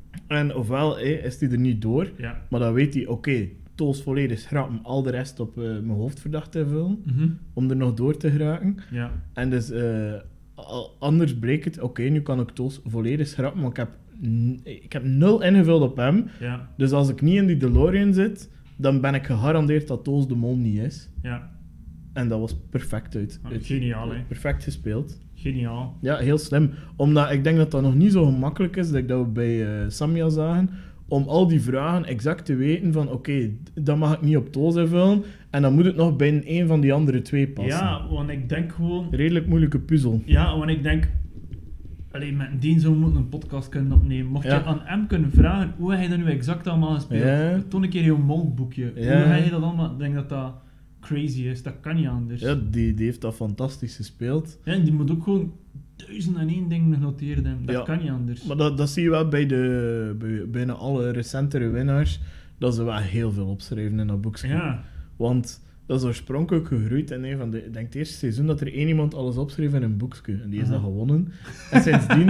En ofwel hè, is hij er niet door, ja. maar dan weet hij, oké, Toos volledig schrappen, al de rest op eh, mijn hoofdverdachte invullen, Mhm. om er nog door te geraken. Ja, En dus eh, al- anders bleek het, oké, nu kan ik Toos volledig schrappen, maar ik heb, n- ik heb nul ingevuld op hem. ja, Dus als ik niet in die DeLorean zit, dan ben ik gegarandeerd dat Toos de mol niet is. ja. En dat was perfect uit. Ah, uit- geniaal, hè. Perfect gespeeld. Geniaal. Ja, heel slim. Omdat ik denk dat dat nog niet zo gemakkelijk is, dat, ik dat we bij eh, Samia zagen, om al die vragen exact te weten van, oké, d- dat mag ik niet op Toos invullen, en dan moet het nog bij een van die andere twee passen. Ja, want ik denk gewoon... Redelijk moeilijke puzzel. Ja, want ik denk... Allee, met die zou moeten een podcast kunnen opnemen. Mocht Ja. je aan hem kunnen vragen, hoe heb je dat nu exact allemaal gespeeld? Ja. Toon een keer je moldboekje. Ja. Hoe heb je dat allemaal... Ik denk dat dat crazy is. Dat kan niet anders. Ja, die, die heeft dat fantastisch gespeeld. Ja, en die moet ook gewoon duizend en één dingen genoteerd hebben. Dat Ja. kan niet anders. Maar dat, dat zie je wel bij, de, bij bijna alle recentere winnaars, dat ze wel heel veel opschrijven in dat boekje. Ja. Want dat is oorspronkelijk gegroeid in een van de... Ik denk het eerste seizoen dat er één iemand alles opschreef in een boekje. En die is Aha. dat gewonnen. En sindsdien...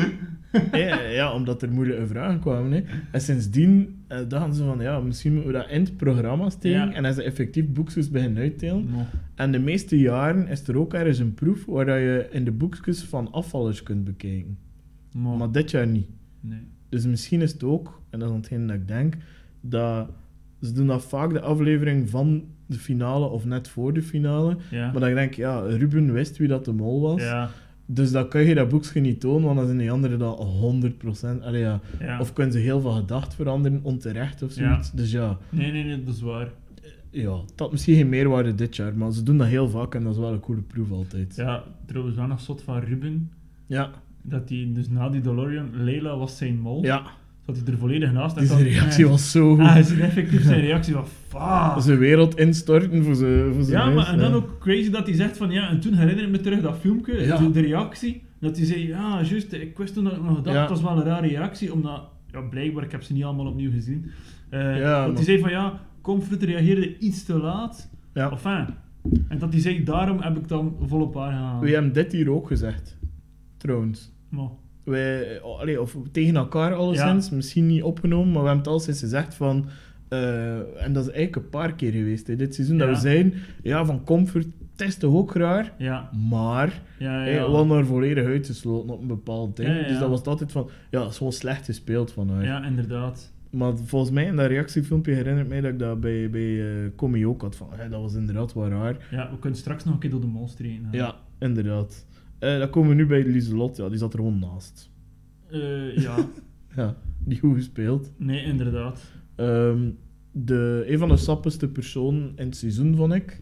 ja, ja, omdat er moeilijke vragen kwamen. Hè. En sindsdien eh, dachten ze van, ja, misschien moeten we dat in het programma steken. Ja. En dan ze effectief boekjes beginnen uitdelen. No. En de meeste jaren is er ook ergens een proef waar dat je in de boekjes van afvallers kunt bekijken. No. Maar dit jaar niet. Nee. Dus misschien is het ook, en dat is hetgeen dat ik denk, dat ze doen dat vaak de aflevering van de finale of net voor de finale. Ja. Maar dan denk ik, ja, Ruben wist wie dat de mol was. Ja. Dus dan kun je dat boekje niet tonen, want dan zijn die anderen dat honderd procent. Allee, ja. Ja. Of kunnen ze heel veel gedacht veranderen, onterecht of zoiets. Dus ja, Nee, nee, nee, dat is waar. ja, het had misschien geen meerwaarde dit jaar, maar ze doen dat heel vaak en dat is wel een coole proef altijd. Ja, trouwens wel nog zot van Ruben. Ja, Dat hij, dus na die DeLorean, Leila was zijn mol. ja. Zat hij er volledig naast. en Die kwam- reactie Ah, was zo goed. Ah, hij ziet effectief zijn reactie van fuck. Zijn wereld instorten voor zijn voor zijn Ja, maar huis, en dan ja. ook crazy dat hij zegt van ja, en toen herinner ik me terug dat filmpje, Ja. de, de reactie, dat hij zei, ja, juist, ik wist toen dat ik nog dacht, Ja. dat was wel een rare reactie, omdat, ja, blijkbaar, ik heb ze niet allemaal opnieuw gezien, Eh Ja, dat maar- hij zei van ja, Comfort reageerde iets te laat, Ja. enfin, en dat hij zei, daarom heb ik dan volop aangehaald. We hebben dit hier ook gezegd, trouwens. Maar, Wij, oh, allee, of tegen elkaar alleszins, misschien niet opgenomen, maar we hebben het al sinds gezegd van... eh, en dat is eigenlijk een paar keer geweest, hè, dit seizoen, Ja. dat we zeiden, ja, van Comfort, het is toch ook raar, ja, maar ja, hey, ja, we hadden haar volledig uitgesloten op een bepaald ding. Ja, ja, Dus ja. dat was altijd van, ja, het is gewoon slecht gespeeld van haar. ja, inderdaad. Maar volgens mij, in dat reactiefilmpje herinnert mij dat ik dat bij, bij uh, Commie ook had, van, hey, dat was inderdaad wel raar. Ja, we kunnen straks nog een keer door de mol streken. hè. Ja, inderdaad. Eh, dan komen we nu bij Lieselot, ja, die zat er gewoon naast. Eh, ja, Ja, die goed gespeeld. nee, inderdaad. Ehm, de, een van de sappigste personen in het seizoen, vond ik.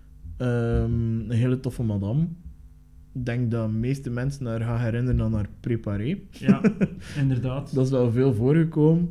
Ehm, een hele toffe madame. Ik denk dat de meeste mensen haar gaan herinneren aan haar préparé. Ja, inderdaad. Dat is wel veel voorgekomen.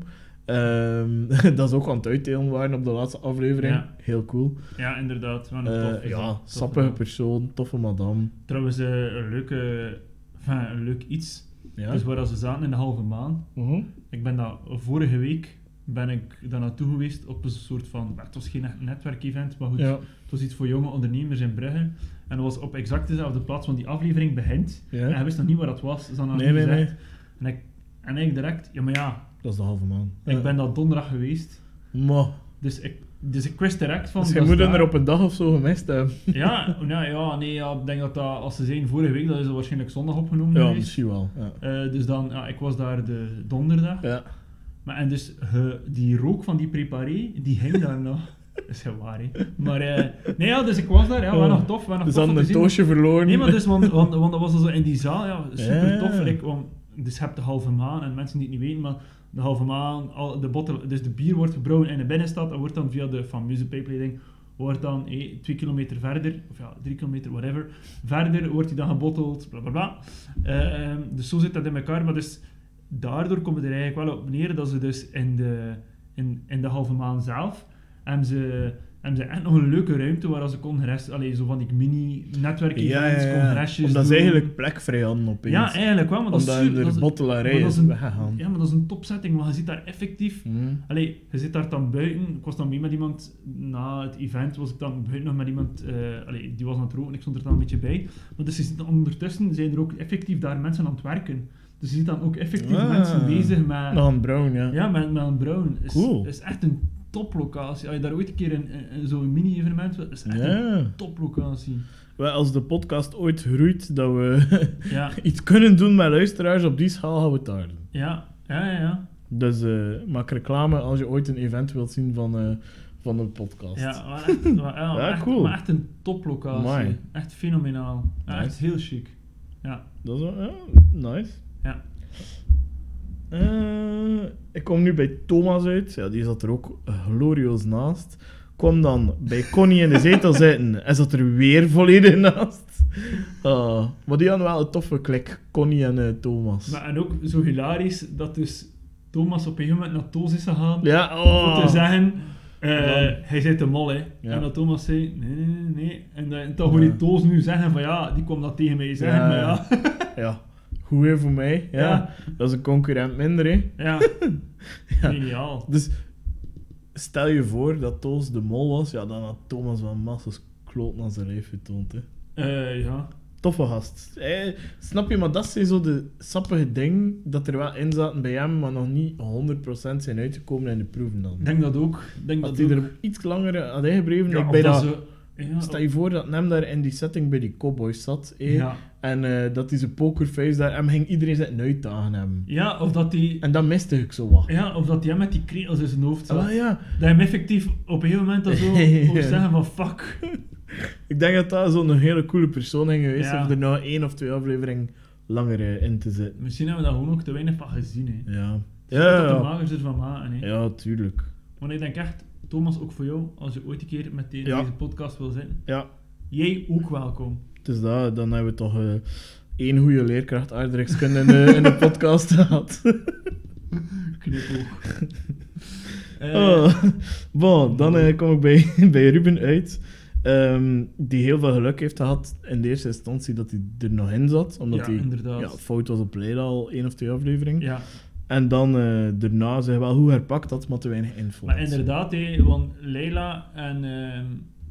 Ehm, dat ze ook aan het uitdelen waren op de laatste aflevering. Ja. Heel cool. Ja, inderdaad. Wel een Eh, tof- ja, tof sappige verhaal. persoon, toffe madame. Trouwens, eh, een, leuke, enfin, een leuk iets. Ja. Dus waar ze zaten in de halve maan. Mhm. Ik ben dat, vorige week ben ik daar naartoe geweest op een soort van... Het was geen echt netwerkevent, maar goed. Ja. Het was iets voor jonge ondernemers in Brugge. En dat was op exact dezelfde plaats, want die aflevering begint. Ja. En hij wist nog niet waar dat was. Ze hadden nog Nee, niet nee, gezegd. En, ik, en ik direct... Ja, maar ja, Dat is de halve maan. ik ben dat donderdag geweest. Maar, Dus ik, dus ik wist direct van... dus je dat is moet hem daar. er op een dag of zo gemist hebben. Ja, ja, ja, nee, ja, ik denk dat dat, als ze zijn vorige week, dat is dat waarschijnlijk zondag opgenomen Ja, geweest. misschien wel. Ja. Eh, dus dan, ja, ik was daar de donderdag. Ja. Maar, en dus eh, die rook van die préparé, die hing daar nog. Dat is heel waar, hè. Maar, eh, nee, ja, dus ik was daar, ja, wel nog tof. Wel nog Dus tof dan om te een zien. toosje verloren. Nee, maar dus, want, want, want dat was zo in die zaal, ja, super Ja. tof. Like, want, dus je hebt de halve maan, en mensen die het niet weten, maar de halve maan, al, de bottle, dus de bier wordt gebrouwen in de binnenstad, en wordt dan via de fameuze pijpleiding, wordt dan eh, twee kilometer verder, of ja, drie kilometer, whatever, verder wordt die dan gebotteld, bla bla bla. Eh, ehm, dus zo zit dat in elkaar, maar dus daardoor komt het er eigenlijk wel op neer dat ze dus in de, in, in de halve maan zelf, hebben ze, hebben ze echt nog een leuke ruimte waar ze congres, allee, zo van die mini-netwerkevents, ja, ja, ja. congresjes Omdat ze doen. eigenlijk plek vrij hadden opeens. Ja, eigenlijk wel, maar dat is Omdat super- er dat is- bottelarij maar dat is is een- weggegaan. Ja, maar dat is een topsetting, want je zit daar effectief... Mhm. Allee, je zit daar dan buiten. Ik was dan mee met iemand, na het event was ik dan buiten nog met iemand, eh, allee, die was aan het roken, ik stond er dan een beetje bij. Maar dus je ziet dan ondertussen, zijn er ook effectief daar mensen aan het werken. Dus je ziet dan ook effectief Ah. mensen bezig met... Nog een brown, ja. Ja, met, met een brown. Is, Cool. is echt een toplocatie. Als je daar ooit een keer een, een, een zo'n mini-evenement wilt, is echt een Ja. toplocatie. Wel, als de podcast ooit groeit, dat we Ja, iets kunnen doen met luisteraars op die schaal, gaan we het daar doen. ja, ja, ja. ja. Dus eh, maak reclame als je ooit een event wilt zien van, eh, van een podcast. Ja, maar echt, maar, ja, Ja, echt, cool. maar echt een toplocatie. Amai. Echt fenomenaal. Ja, Nice. echt heel chic. Ja, Dat is wel, ja, nice. ja. Eh, ik kom nu bij Thomas uit. Ja, die zat er ook glorieus naast. kwam dan bij Connie in de zetel zitten en zat er weer volledig naast. Uh, maar die hadden wel een toffe klik, Connie en uh, Thomas. Maar, en ook zo hilarisch dat dus Thomas op een gegeven moment naar Toos is gegaan Ja, om oh. te zeggen, uh, dan- hij zit de mol, hè. Ja. En dat Thomas zei, nee, nee, nee, nee. En dan, dan hoor je Ja. Toos nu zeggen van ja, die kwam dat tegen mij zeggen, Ja. maar ja. Ja, goed weer voor mij. Ja. Ja. Dat is een concurrent minder, hè. Ja, Ja. geniaal. Dus stel je voor dat Toos de mol was, ja, dan had Thomas wel massas kloot aan zijn lijf getoond, hè. Uh, ja. Toffe gast. Eh, snap je, maar dat zijn zo de sappige dingen dat er wel in zaten bij hem, maar nog niet honderd procent zijn uitgekomen in de proeven dan. Ik denk dat ook. Ik denk Als dat hij ook. er iets langer had ingebleven, Ja, ik of bij dat, ze- ja, stel je voor dat hem daar in die setting bij die cowboys zat, eh, ja. en eh, dat hij zijn pokerface daar, hem ging iedereen zitten uitdagen hem. ja, of dat die... En dat miste ik zo wat. Ja, of dat hij met die kregels in zijn hoofd zat. Ah, ja. Dat hij hem effectief op een gegeven moment al zo Ja. moest zeggen van fuck. Ik denk dat dat zo'n hele coole persoon ging geweest Ja. om er nog één of twee afleveringen langer eh, in te zitten. Misschien hebben we daar gewoon ook te weinig van gezien. Hè. Ja. Ja, Ja, dat de ja. makers ervan maken. Hè. Ja, tuurlijk. Want ik denk echt, Thomas, ook voor jou, als je ooit een keer met de- Ja. deze podcast wil zitten, Ja, jij ook welkom. dus dat, dan hebben we toch eh, één goede leerkracht aardrijkskunde in de, in de podcast gehad. Knipoog. Eh, Oh. Bon, dan eh, kom ik bij, bij Ruben uit. Ehm, die heel veel geluk heeft gehad in de eerste instantie dat hij er nog in zat. Omdat ja, hij inderdaad. ja, fout was op Leila al één of twee afleveringen. Ja, En dan eh, daarna zeg wel hoe herpakt dat, maar te weinig info. maar had. inderdaad, hè, want Leila en, ehm,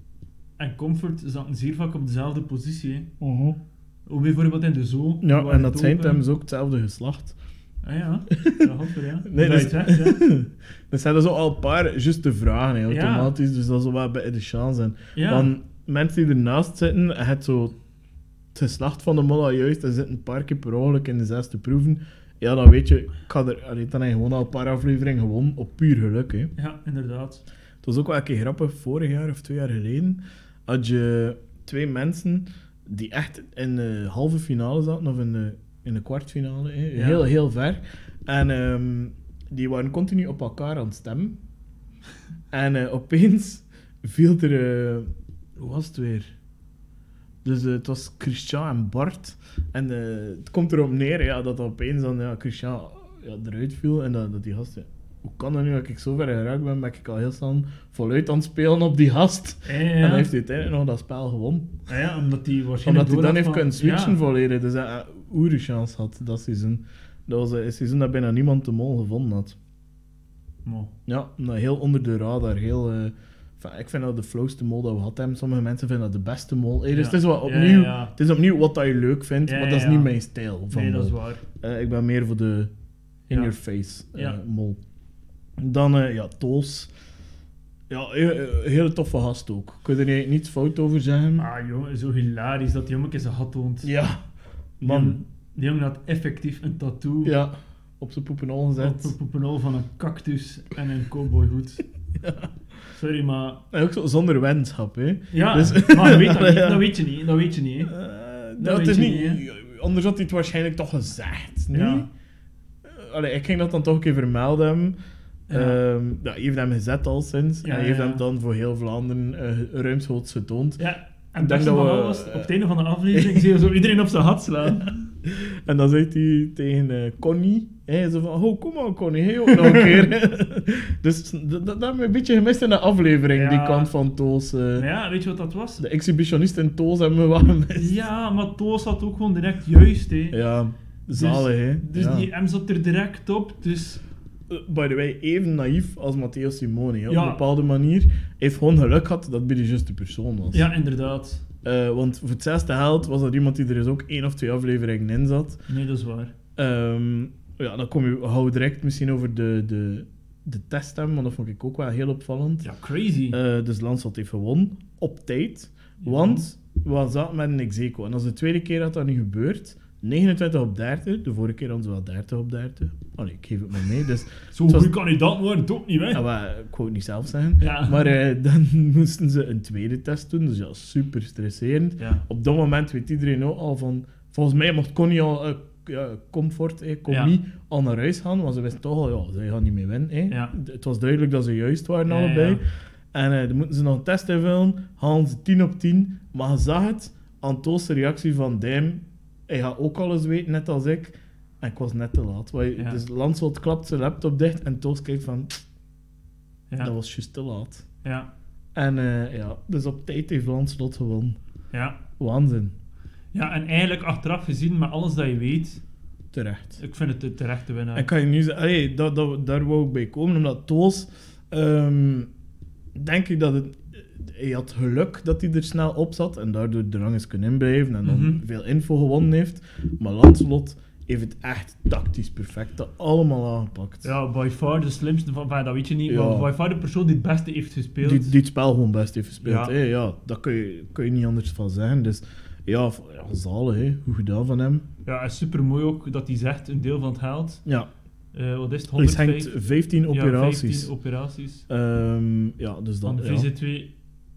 en Comfort zaten zeer vaak op dezelfde positie. Hè. Mhm. Ook bijvoorbeeld in de zoo. die Ja, waren en dat het zijn open. hem ook hetzelfde geslacht. Ah ja, ja, hopper, ja. Nee, Dat dus- je het zegt, ja. Dat zijn er zo al een paar juiste vragen, hè, Ja. automatisch. Dus dat is wel wat bij de chance zijn. Ja. Want mensen die ernaast zitten, en het zo het geslacht van de mol al juist, en zitten een paar keer per ongeluk in de zesde proeven. Ja, dan weet je, ik ga er, allee, dan heb je gewoon al een paar afleveringen gewonnen op puur geluk. Hè. Ja, inderdaad. Het was ook wel een keer grappig, vorig jaar of twee jaar geleden had je twee mensen die echt in de halve finale zaten, of in de, in de kwartfinale, hè. Ja. Heel, heel ver. En ehm, die waren continu op elkaar aan het stemmen. En eh, opeens viel er... eh, hoe was het weer? Dus eh, het was Christian en Bart. En eh, het komt erop neer ja, dat opeens dan ja, Christian ja, eruit viel. En dat, dat die gast... Ja, hoe kan dat nu dat ik zo ver geraakt ben, dat ik al heel snel voluit aan het spelen op die gast. Ja, ja. En dan heeft hij uiteindelijk nog dat spel gewonnen. Ah ja, omdat hij waarschijnlijk Omdat hij dan doorhad heeft van- kunnen switchen ja. volledig. Dus hij uh, oere chance had dat seizoen. Dat was eh, een seizoen dat bijna niemand de mol gevonden had. Maar, Ja, nou, heel onder de radar. Heel, eh, enfin, ik vind dat de flauwste mol dat we hadden hebben. Sommige mensen vinden dat de beste mol. Eh, dus Ja. het, is wat Ja, opnieuw, ja, ja. het is opnieuw wat dat je leuk vindt, Ja, maar dat is ja, niet ja. mijn stijl van nee, mol. dat is waar. Eh, ik ben meer voor de Ja. in-your-face eh, Ja. mol. Dan, eh, ja, Toos. Ja, he- hele toffe gast ook. Ik kan er niet- niets fout over zeggen. Ah jongen, zo hilarisch dat die jongen zijn gat toont. Ja, Die man. jongen- Die jongen had effectief een tattoo Ja, op zijn poepenol op gezet. de poepenol van een cactus en een cowboyhoed. Sorry, maar... En ook zo zonder wenschap, hè. Ja, Dus- maar je weet dat niet. Ja. Dat weet je niet. Dat weet je niet. hè. Eh, Dat dat weet is je niet... niet, anders had hij het waarschijnlijk toch gezegd, nee? Ja. Eh, Allee, ik ging dat dan toch een keer vermelden hebben. Ja. Ehm, ja, hij heeft hem gezet al sinds. Ja, en hij heeft ja, hem ja. dan voor heel Vlaanderen uh, ruimschoots getoond. Ja, en Ik het denk beste dat van we, al was, op eh, het einde van de aflevering zie je zo iedereen op zijn gat slaan. En dan zei hij tegen eh, Connie, hè, zo van, oh, kom maar Connie, hey, ook nog een keer. Dus dat, dat dat hebben we een beetje gemist in de aflevering, Ja. die kant van Toos. eh. Maar ja, weet je wat dat was? De exhibitionist in Toos hebben we wel gemist. Ja, maar Toos had ook gewoon direct juist, hè. Ja, zalig, hè. Dus Ja. die M zat er direct op, dus... Uh, by the way, even naïef als Matteo Simoni, hè, op Ja. een bepaalde manier. Hij heeft gewoon geluk gehad dat het bij de juiste persoon was. Ja, inderdaad. Uh, want voor het zesde held was dat iemand die er dus ook één of twee afleveringen in zat. Nee, dat is waar. Ehm, ja, dan kom je gauw direct misschien over de, de, de test hebben, want dat vond ik ook wel heel opvallend. Ja, crazy. Uh, dus Lansat heeft gewonnen, op tijd. Ja. Want we zaten met een ex-aequo. En dat is de tweede keer dat dat nu gebeurt. negenentwintig op dertig. De vorige keer hadden ze wel dertig op dertig. Oh nee, ik geef het maar mee. Dus, Zo'n het was- goede kandidaat worden, het ook niet, hè. ja, maar, ik wou het niet zelf zeggen. Ja. Maar eh, dan moesten ze een tweede test doen. Dus ja, super stresserend. Ja. Op dat moment weet iedereen ook al van... Volgens mij mocht Connie al... eh, ja, Comfort, eh, Connie, al naar huis gaan. Want ze wisten toch al, ja, ze gaan niet meer winnen. Eh. Ja. Het was duidelijk dat ze juist waren, Ja, allebei. ja. En uh, dan moeten ze nog een test invullen, halen ze tien op tien. Maar je zag het aan Toos' reactie van Dime. Hij gaat ook alles weten, net als ik. En ik was net te laat. Want, Ja. Dus Lancelot klapt zijn laptop dicht en Toos kijkt van... Ja. Dat was juist te laat. Ja. En uh, ja, dus op tijd heeft Lancelot gewonnen. Ja. Waanzin. Ja, en eigenlijk achteraf gezien, met alles dat je weet, Terecht. ik vind het de terechte winnaar. En kan je nu zeggen, allee, dat, dat, daar wou ik bij komen, omdat Toos, um, denk ik dat het, hij had geluk dat hij er snel op zat en daardoor er lang eens kunnen inblijven en dan Mhm. veel info gewonnen heeft. Maar Lancelot heeft het echt tactisch perfect dat allemaal aangepakt. Ja, by far de slimste van, enfin, dat weet je niet, Ja. maar by far de persoon die het beste heeft gespeeld. Die, die het spel gewoon best heeft gespeeld. Ja. Ja, ja daar kun je, kun je niet anders van zeggen. Dus ja, v- ja zalig, hè. Hoe gedaan van hem. Ja, en super mooi ook dat hij zegt een deel van het geld. Ja, Uh, wat is het? hij honderdvijf hangt vijftien operaties. Ja, vijftien operaties. Ehm, ja, dus Van dat... de ja. V Z twee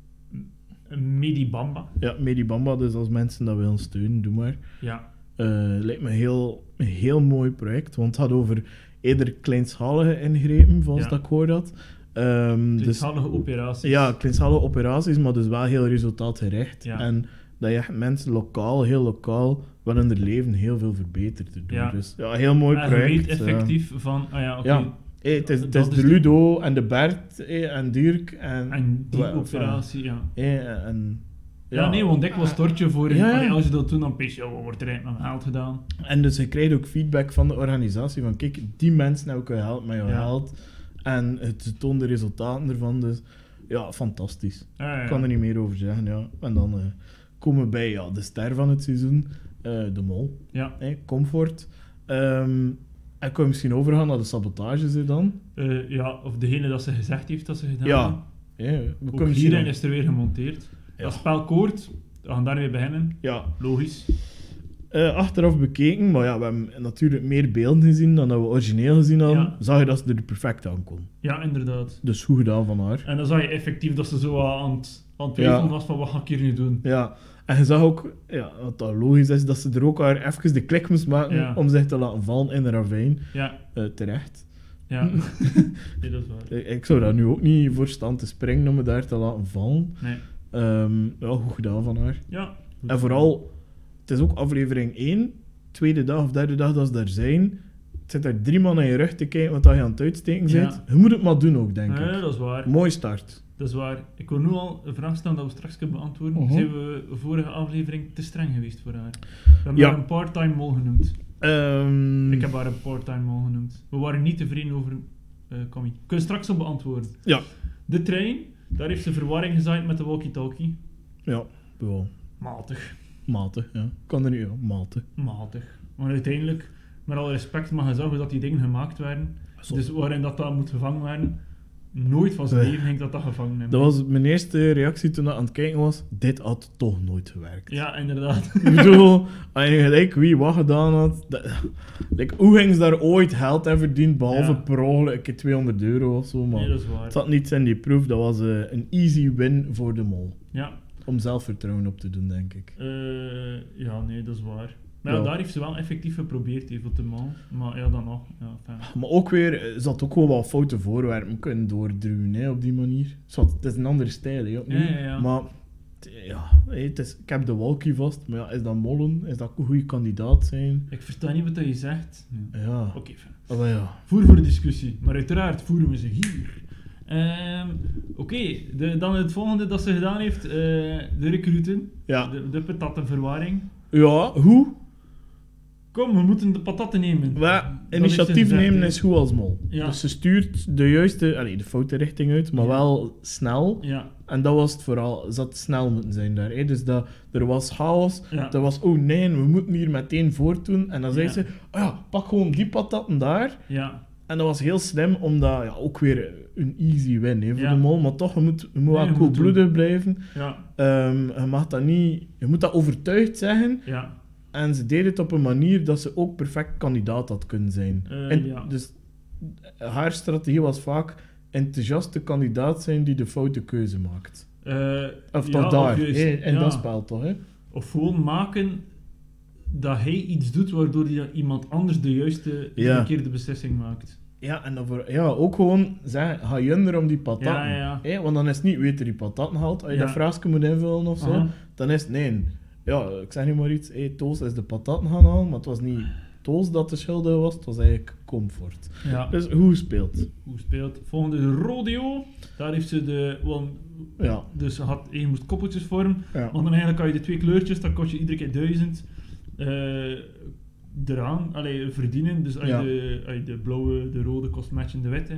Medibamba. Ja, Medibamba, dus als mensen dat willen steunen, doe maar. Ja. Uh, lijkt me een heel, een heel mooi project, want het gaat over eerder kleinschalige ingrepen, volgens Ja. dat ik hoor dat. Um, dus, Kleinschalige operaties. ja, kleinschalige operaties, maar dus wel heel resultaatgericht. Ja. En dat je echt mensen lokaal, heel lokaal, wel in hun leven heel veel verbeterd te doen. Ja. Dus ja, heel mooi En je project. weet effectief van, ah ja, oké. Ja. Hey, het is, het Dat is is de de- Ludo en de Bert hey, en Dirk en... En die Wel, operatie, ja. hey, en Ja, nee, want ik was stortje voor... Ja, ja. Allee, als je dat doet, dan pees je, oh, wordt er eigenlijk met geld gedaan. En dus je krijgt ook feedback van de organisatie van kijk, die mensen hebben ook geld met jouw Ja. geld. En het toont de resultaten ervan. Dus ja, fantastisch. Ja, ja, ja. Ik kan er niet meer over zeggen. Ja. En dan uh, komen we bij ja, de ster van het seizoen, uh, de Mol. Ja. Hey, Comfort. Um, en kan je misschien overgaan naar de sabotages hier dan? Uh, ja, of degene dat ze gezegd heeft dat ze gedaan Ja. hebben. Ja, we Ook kunnen misschien hierin nog- is er weer gemonteerd. Ja. Dat spel koort, we gaan daarmee beginnen. Ja, Logisch. Uh, achteraf bekeken, maar ja, we hebben natuurlijk meer beelden gezien dan dat we origineel gezien hadden. Ja. Zag je dat ze er perfect aan kon. Ja, inderdaad. Dus goed gedaan van haar. En dan zag je effectief dat ze zo aan het, aan het twijfelen Ja. was van wat ga ik hier nu doen. Ja, en je zag ook, ja, wat dat logisch is, dat ze er ook haar even de klik moest maken Ja. om zich te laten vallen in de ravijn. Ja, Uh, terecht. ja. Nee, dat is waar. Ik, ik zou daar nu ook niet voor staan te springen om me daar te laten vallen. Nee. Ehm, ja, goed gedaan van haar. Ja. En vooral, het is ook aflevering één, tweede dag of derde dag dat ze daar zijn. Het zit daar drie man aan je rug te kijken wat dat je aan het uitsteken Ja. bent. Je moet het maar doen ook, denk Ja, ik. dat is waar. Mooi start. Dat is waar. Ik wil nu al een vraag stellen dat we straks kunnen beantwoorden. Mhm. Zijn we vorige aflevering te streng geweest voor haar? We hebben Ja. haar een part-time mol genoemd. Ehm, Ik heb haar een part-time mol genoemd. We waren niet tevreden over... Uh, Commie. Kun je straks op beantwoorden. Ja. De trein, daar heeft ze verwarring gezaaid met de walkie-talkie. Ja, wel. Matig. Matig, ja. Kan er niet, ja. Matig. Matig. Maar uiteindelijk, met alle respect, mag je zeggen dat die dingen gemaakt werden. Zot. Dus waarin dat, dat moet gevangen werden, nooit van zijn Nee. leven ging dat dat gevangen hebben. Dat was mijn eerste reactie toen ik aan het kijken was. Dit had toch nooit gewerkt. Ja, inderdaad. Ik bedoel, als je gelijk wie wat gedaan had... Dat, like, hoe ging ze daar ooit geld aan verdiend, behalve Ja. per ongeluk een keer tweehonderd euro of zo. Maar Nee, dat is waar. het zat niets in die proef. Dat was eh, een easy win voor de mol. Ja. Om zelfvertrouwen op te doen, denk ik. Eh, ja, nee, dat is waar. Maar ja, Ja. daar heeft ze wel effectief geprobeerd, even te man. Maar ja, dan nog. Ja, fijn. Maar ook weer, eh, ze had ook wel wat foute voorwerpen kunnen doordruwen, hè, op die manier. Zwat, het is een andere stijl, hè, opnieuw. Ja, ja, ja. Maar, t- ja, hè, het is, ik heb de walkie vast, maar ja, is dat mollen? Is dat een goede kandidaat zijn? Ik versta niet wat dat je zegt. Ja. Ja, Oké, fijn. maar ja. Voer voor de discussie. Maar uiteraard voeren we ze hier. Ehm, Oké, de- dan het volgende dat ze gedaan heeft. eh, de recruten. Ja. De, de patattenverwaring. Ja, hoe? Kom, we moeten de patatten nemen. Maar Dat heeft initiatief ze gezegd, nemen hè. is goed als mol. Ja. Dus ze stuurt de juiste, allee, de foute richting uit, maar Ja. wel snel. Ja, En dat was het vooral. Ze had snel moeten zijn daar. Hè. Dus dat, er was chaos. ja. Dat was, oh nee, we moeten hier meteen voortdoen. En dan zei Ja. ze, oh ja, pak gewoon die patatten daar. ja. En dat was heel slim, omdat, ja, ook weer een easy win hè, voor Ja. de mol. Maar toch, je moet, je moet Nee, wel je moet koelbloedig blijven. Ja, Ehm, je mag dat niet... Je moet dat overtuigd zeggen. ja. En ze deed het op een manier dat ze ook perfect kandidaat had kunnen zijn. Eh, en, ja. Dus haar strategie was vaak enthousiaste kandidaat zijn die de foute keuze maakt. Eh, Of ja, toch daar, of juist, hè, in ja. dat spel toch, hè? Of gewoon maken dat hij iets doet waardoor die, iemand anders de juiste, de Ja. verkeerde beslissing maakt. Ja, en dan voor, ja, ook gewoon zeggen, ga junder om die patatten. Ja, ja, ja. Hè, want dan is het niet, weet je die patatten haalt, als je Ja. dat vraagje moet invullen of zo, Aha. dan is het nee. Ja, ik zeg nu maar iets, hey, Toos is de patatten gaan halen, maar het was niet Toos dat de schilder was, het was eigenlijk Comfort. Ja. Dus hoe speelt? Hoe speelt? Volgende de rodeo. Daar heeft ze de... Want, Ja. dus ze had, je moest koppeltjes vormen. Ja. Want dan eigenlijk kan je de twee kleurtjes, dan kost je iedere keer duizend eh, eraan allee, verdienen. Dus als je, Ja. de, als je de blauwe, de rode kost matchen de witte.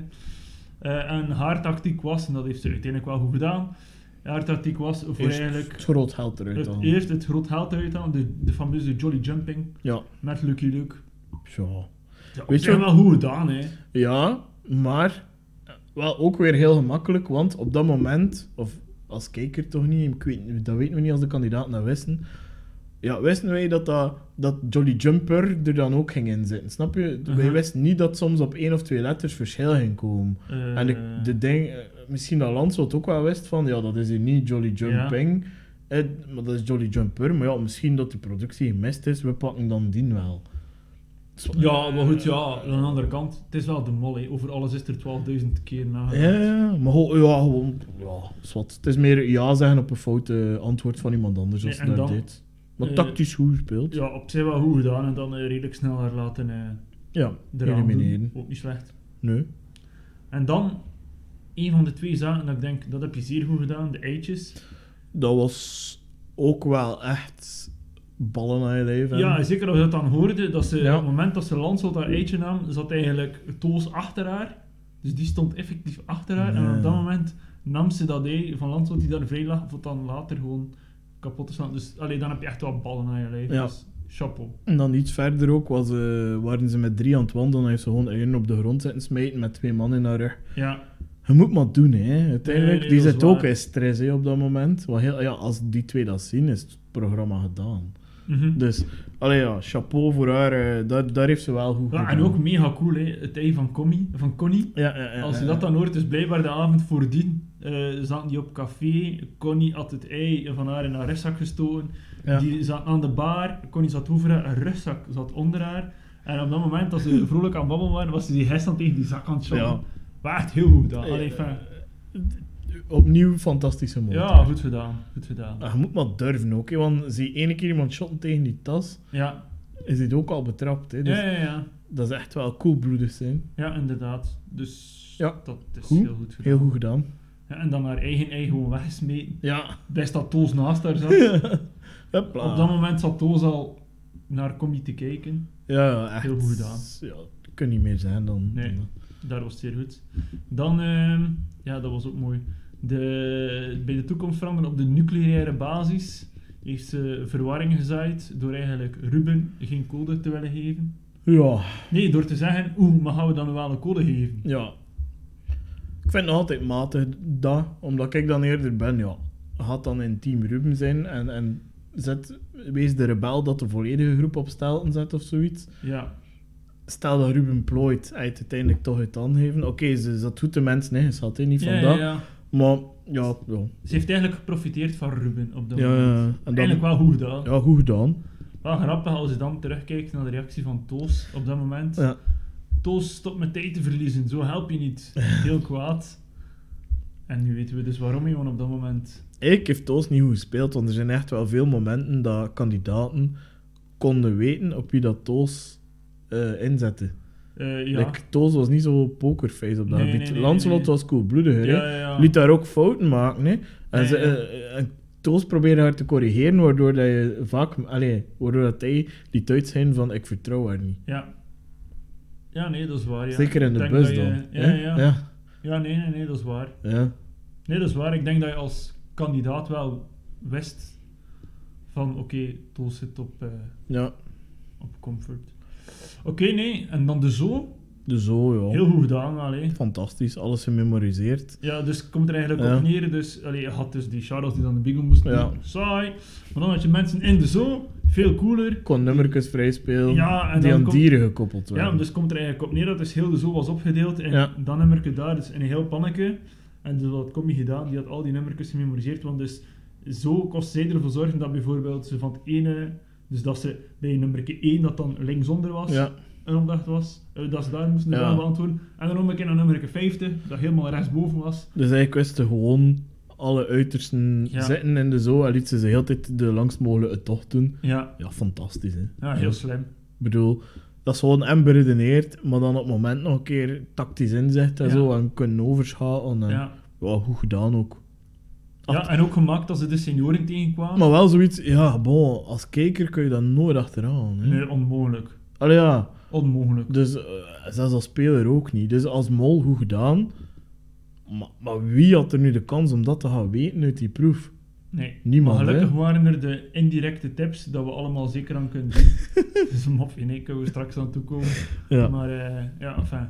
Eh, en haar tactiek was, en dat heeft ze uiteindelijk wel goed gedaan, haar tactiek was voor Eerst eigenlijk het groot geld eruit het, halen. eerst het groot geld eruit halen, de, de fameuze Jolly Jumping Ja. met Lucky Luke. Ja. Ja, op Weet zich je- wel goed gedaan, hè. Ja, maar wel ook weer heel gemakkelijk, want op dat moment, of als kijker toch niet, ik weet, niet- dat weten we niet als de kandidaten dat wisten, ja, wisten wij dat, dat, dat Jolly Jumper er dan ook ging inzitten, snap je? Wij Uh-huh. wisten niet dat soms op één of twee letters verschil ging komen. Eh, En ik, de ding, eh, misschien dat Lans het ook wel wist van, ja, dat is hier niet Jolly Jumping, eh, maar dat is Jolly Jumper, maar ja, misschien dat de productie gemist is, we pakken dan die wel. Zo- Ja, maar goed, ja, aan de andere kant, het is wel de mol, hè. Over alles is er twaalfduizend keer nagedacht. Ja, ja, maar ho- ja, gewoon, ja, zwart. Het is meer ja zeggen op een foute antwoord van iemand anders als Nee, je en dat dan, deed. Maar eh, tactisch goed gespeeld. Ja, Ja, op zich wel goed gedaan en dan eh, redelijk snel haar laten eh ja eraan elimineren. doen. Ook niet slecht. Nee. En dan, een van de twee zaken dat ik denk, dat heb je zeer goed gedaan, de eitjes. Dat was ook wel echt ballen aan je leven. Ja, zeker als je dat dan hoorde, dat ze, Ja. op het moment dat ze Lancelot haar eitje nam, zat eigenlijk Toos achter haar. Dus die stond effectief achter haar. En Nee. op dat moment nam ze dat ei van Lancelot die daar vrij lag, voor dan later gewoon kapot te slaan. Dus allee, dan heb je echt wel ballen aan je lijf. Ja. Dus chapeau. En dan iets verder ook, was, eh, waren ze met drie aan het wandelen en heeft ze gewoon eieren op de grond zitten smijten met twee mannen in haar rug. Ja, Je moet maar doen, hè. Uiteindelijk. Nee, nee, die dat is zit ook waar. in stress hè, op dat moment. Want heel, ja, als die twee dat zien, is het programma gedaan. mhm. Dus, allee, ja, chapeau voor haar. eh, daar, daar heeft ze wel goed Ja, gedaan. en ook mega cool, hè. Het ei van, Connie, van Connie. Ja, ja, ja, Als je ja, dat ja. dan hoort, dus blijkbaar de avond voordien uh, zaten die op café. Connie had het ei van haar in haar rugzak gestoken. Ja. Die zat aan de bar. Connie zat over haar, haar rugzak zat onder haar. En op dat moment, dat ze vrolijk aan het babbelen waren, was ze die hersen tegen die zak aan het shotten. Ja. Maar echt heel goed gedaan. Eh, Allee, fijn. Opnieuw fantastische moment. Ja, goed gedaan. Goed gedaan. Ah, je moet maar durven ook, hè, want zie je ene keer iemand shotten tegen die tas, Ja, is dit ook al betrapt. Hè, dus ja, ja, ja. dat is echt wel koelbloedig zijn. Ja, inderdaad. Dus Ja. dat is Goed. heel goed gedaan. Heel goed gedaan. Ja, en dan haar eigen ei gewoon weggesmeten. Ja. Best dat Toos naast haar zat. Hopla. Op dat moment zat Toos al naar Commie te kijken. Ja, ja, echt. Heel goed gedaan. Ja, dat kan niet meer zijn dan. Nee. dan- Daar was het zeer goed. Dan, ehm, ja, dat was ook mooi. De, bij de toekomstverandering op de nucleaire basis heeft ze verwarring gezaaid door eigenlijk Ruben geen code te willen geven. Ja. Nee, door te zeggen, oeh, maar gaan we dan wel een code geven? Ja. Ik vind het nog altijd matig dat, omdat ik dan eerder ben, ja. Gaat dan in team Ruben zijn en, en zet, wees de rebel dat de volledige groep op stelten zet of zoiets. Ja, Stel dat Ruben plooit, hij het uiteindelijk toch uit handen geven. Oké, ze dat doet de mensen ingeschat, hè, niet van ja, dat. ja, ja. Maar ja, ja. Ze heeft eigenlijk geprofiteerd van Ruben op dat Ja, moment. ja. En dan- Eigenlijk wel goed gedaan. Ja, goed gedaan. Wel grappig als je dan terugkijkt naar de reactie van Toos op dat moment. Ja. Toos, stop met tijd te verliezen, zo help je niet. Heel kwaad. En nu weten we dus waarom, want op dat moment... Eigenlijk heeft Toos niet goed gespeeld, want er zijn echt wel veel momenten dat kandidaten konden weten op wie dat Toos eh inzette. eh, ja. Like, Toos was niet zo pokerface op dat Nee, gebied. nee, nee, Lancelot nee. was koelbloediger, hè. ja, ja, ja. Liet daar ook fouten maken, hè. En, Ja, ze, ja. eh, en Toos probeerde haar te corrigeren, waardoor dat je vaak... Allee, waardoor dat hij liet uitzien van, ik vertrouw haar niet. Ja. Ja, nee, dat is waar, ja. Zeker in Ik de denk bus dat je- dan. Ja, hè? ja. Ja, Ja, nee, nee, nee, dat is waar. ja. Nee, dat is waar. Ik denk dat je als kandidaat wel wist van, oké, Toos zit op, eh, ja. op comfort. Oké, nee. En dan de zo. Dus zo, ja. Heel goed gedaan, wel, hè. Fantastisch, alles gememoriseerd. Ja, dus het komt er eigenlijk Ja. op neer. Dus, allee, je had dus die shout die dan de bingo moesten Ja. doen. Saai. Maar dan had je mensen in de zo. Veel cooler. Kon nummertjes vrij spelen, Ja, en die dan aan komt- dieren gekoppeld werden. Ja, dus het komt er eigenlijk op neer dat dus heel de zo was opgedeeld. En Ja. dat nummerke daar, dus in een heel panneke. En dus wat Commie gedaan, die had al die nummertjes gememoriseerd. Want dus zo kost zij ervoor zorgen dat bijvoorbeeld ze van het ene... Dus dat ze bij nummerke één dat dan linksonder was. Ja. een opdracht was, uh, dat ze daar moesten de Ja. vraag beantwoorden. En dan nog een keer naar nummer vijftig, dat helemaal rechtsboven was. Dus eigenlijk wisten gewoon alle uitersten Ja. zitten in de zo en lieten ze de hele tijd de langst mogelijke tocht doen. Ja, Ja, fantastisch, hè. ja heel slim. Ik bedoel, dat is gewoon en beredeneerd, maar dan op het moment nog een keer tactisch inzet en Ja. zo, en kunnen overschakelen. En, ja. Ja. goed gedaan ook. ja, en ook gemaakt dat ze de senioren tegenkwamen. Maar wel zoiets, ja, bon, als kijker kun je dat nooit achteraan. Hè. Nee, onmogelijk. Allee, ja, Onmogelijk. dus uh, zelfs als speler ook niet. Dus als mol goed gedaan, maar, maar wie had er nu de kans om dat te gaan weten uit die proef? Nee. Niemand, Maar gelukkig hè? waren er de indirecte tips dat we allemaal zeker aan kunnen doen. Dus een mopje, nee, kunnen we straks aan toekomen. Ja. Maar uh, ja, enfin.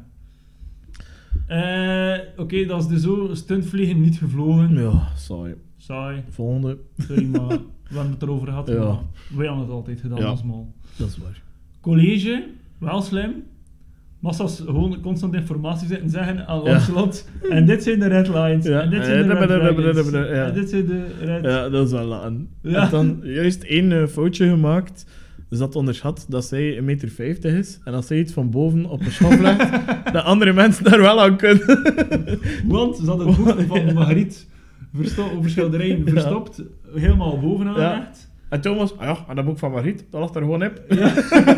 Uh, Oké, okay, dat is dus zo. Stuntvliegen niet gevlogen. Ja, saai. Saai. Volgende. Sorry, maar we hebben het erover gehad. Ja. Maar wij hadden het altijd gedaan Ja. als mol. Dat is waar. College, wel slim. Massa's gewoon constant informatie zitten zeggen aan Ja. Lancelot. En dit zijn de red lines. Ja. En dit zijn de Eh, red da- da- da- da- dragons. da- da- ja. En dit zijn de red... Ja, dat is wel lachen. Ja. En dan juist één eh, foutje gemaakt. Dus dat onderschat dat zij een meter vijftig is. En als zij iets van boven op een schap legt, dat andere mensen daar wel aan kunnen. Want ze hadden het boek van Margriet versto- over schilderijen Ja. verstopt, helemaal bovenaan Ja. gelegd. En Thomas, ah ja, en dat boek van Margriet, dat lag er gewoon op. Ja.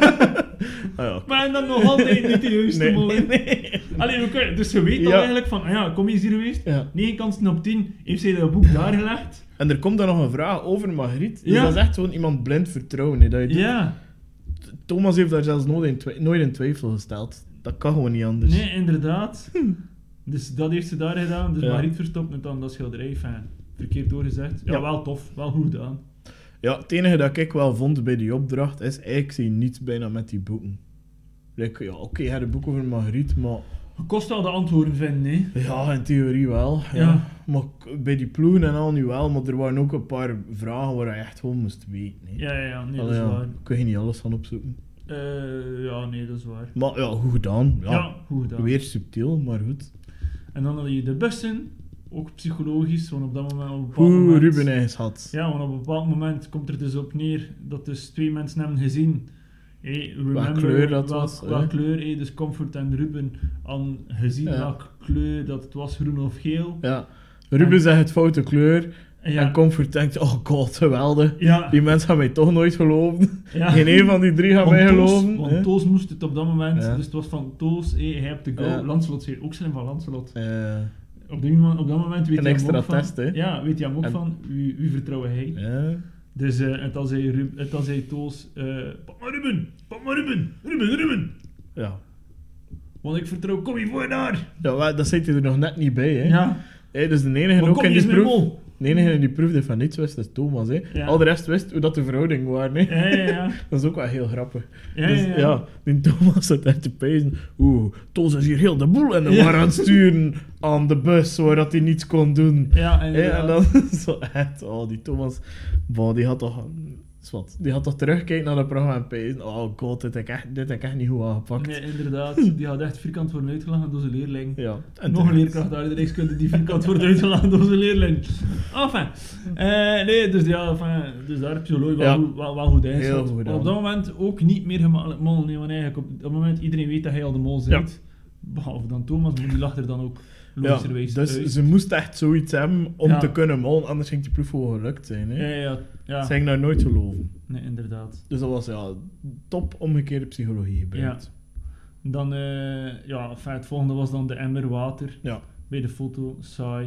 Ah ja. Maar dan nog altijd niet de juiste Nee, mol nee, in. nee. Allee, we kunnen- dus je weet al Ja. eigenlijk van, ah ja, kom je eens hier geweest? Ja. negen kansen op tien heeft zij dat boek daar gelegd. En er komt dan nog een vraag over Margriet. Dus Ja. dat is echt gewoon iemand blind vertrouwen. Hè, dat je doet. Ja, Thomas heeft daar zelfs nooit in, twi- nooit in twijfel gesteld. Dat kan gewoon niet anders. nee, inderdaad. Dus dat heeft ze daar gedaan. Dus Ja. Margriet verstopt met dan dat schilderij. Enfin, verkeerd doorgezegd. Ja, Ja. wel tof, wel goed gedaan. Ja, het enige dat ik wel vond bij die opdracht is, ik zie niets bijna met die boeken. Like, ja, oké, okay, je hebt een boek over Margriet, maar... Je kost wel de antwoorden vinden, hè. Ja, in theorie wel. Ja. Ja. Maar k- bij die ploegen en al nu wel, maar er waren ook een paar vragen waar je echt gewoon moest weten. Hè. Ja, ja, ja, nee, Allee, dat is ja, waar. kun je niet alles gaan opzoeken. Eh, ja, nee, dat is waar. Maar ja, goed gedaan. Ja, Ja, goed gedaan. weer subtiel, maar goed. En dan had je de bussen, ook psychologisch, want op dat moment... Op een bepaald Hoe moment, Ruben eens had. Ja, want op een bepaald moment komt er dus op neer dat dus twee mensen hebben gezien. Hey, remember kleur dat welk- was, Welke hè? kleur, hey, dus Comfort en Ruben hadden gezien Ja. welke kleur dat het was, groen of geel. Ja. Ruben En- zegt het foute kleur. En ja, En Comfort denkt, oh god, geweldig. ja, Die mensen gaan mij toch nooit geloven. ja. Geen een van die drie gaat Want mij Toos- geloven. Want hè. Toos moest het op dat moment, Ja. dus het was van Toos, hey, hij hebt de go. Ja. Lancelot zei ook zijn van Lancelot. Eh, Op, die moment, op dat moment weet Een hij hem extra ook van, test, hè? Ja, weet hij hem ook En- van, wie, wie vertrouwen hij. ja. Dus uh, en dan zei, Rub, en dan zei Toos, uh, pak maar Ruben, pak maar Ruben, Ruben, Ruben. Ja. Want ik vertrouw, kom je voor daar. Ja, maar dat zit hij er nog net niet bij, hè. Ja, Hey, dus de enige maar ook kom in je eens die met proef... mol. De enige in die proef die van niets wist, is Thomas, hè. Ja. Al de rest wist hoe dat de verhouding waren, hè. Ja, ja, ja. Dat is ook wel heel grappig. Ja, dus ja, ja. ja, die Thomas zat echt te pezen. Oeh, Toos is hier heel de boel in de Ja. war aan het sturen aan de bus, waar dat hij niets kon doen. Ja, en, Hey, en dan zo echt, oh, die Thomas, boah, die had toch, is wat, die had toch terugkijken naar dat programma en pezen. Oh god, dit heb ik echt, dit heb ik echt niet goed aangepakt. Nee, inderdaad. Die had echt vierkant worden uitgelachen door zijn leerling. Ja, en Nog een terecht. leerkracht daar de rechtskunde die vierkant wordt uitgelachen door zijn leerling. Enfin. Eh, nee, dus ja, enfin, dus daar heb je wel, Ja. goed- wel, wel goed Heel ingeschat. goed Maar gedaan. op dat moment ook niet meer gemakkelijk mol. Nee, want eigenlijk op dat moment iedereen weet dat hij al de mol bent. Behalve dan Thomas, maar die lag er dan ook Ja, logischerwijs dus uit. ze moest echt zoiets hebben om Ja. te kunnen mollen, anders ging die proef gewoon gelukt zijn. Hè. Ja, ja, ja. ja. Ze ging daar nooit geloven. Nee, inderdaad. Dus dat was ja, top omgekeerde psychologie gebruikt. Dan, eh, ja, enfin, het volgende was dan de emmer water Ja. bij de foto. Saai.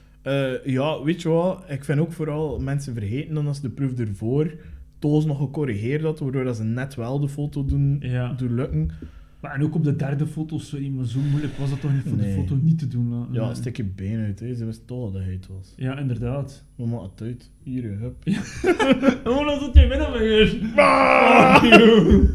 Eh, ja, weet je wat? Ik vind ook vooral mensen vergeten dan als de proef ervoor Toos nog gecorrigeerd had, waardoor dat ze net wel de foto doen, Ja. doen lukken. Maar en ook op de derde foto, sorry, maar zo moeilijk was dat toch niet voor Nee. de foto niet te doen. laten. Ja, stik je been uit, hè. Ze wist toch dat hij het was. Ja, inderdaad. Maar maak het uit. Hier, hup. Oh, dat zat je middenvingers. Ah! Fuck you.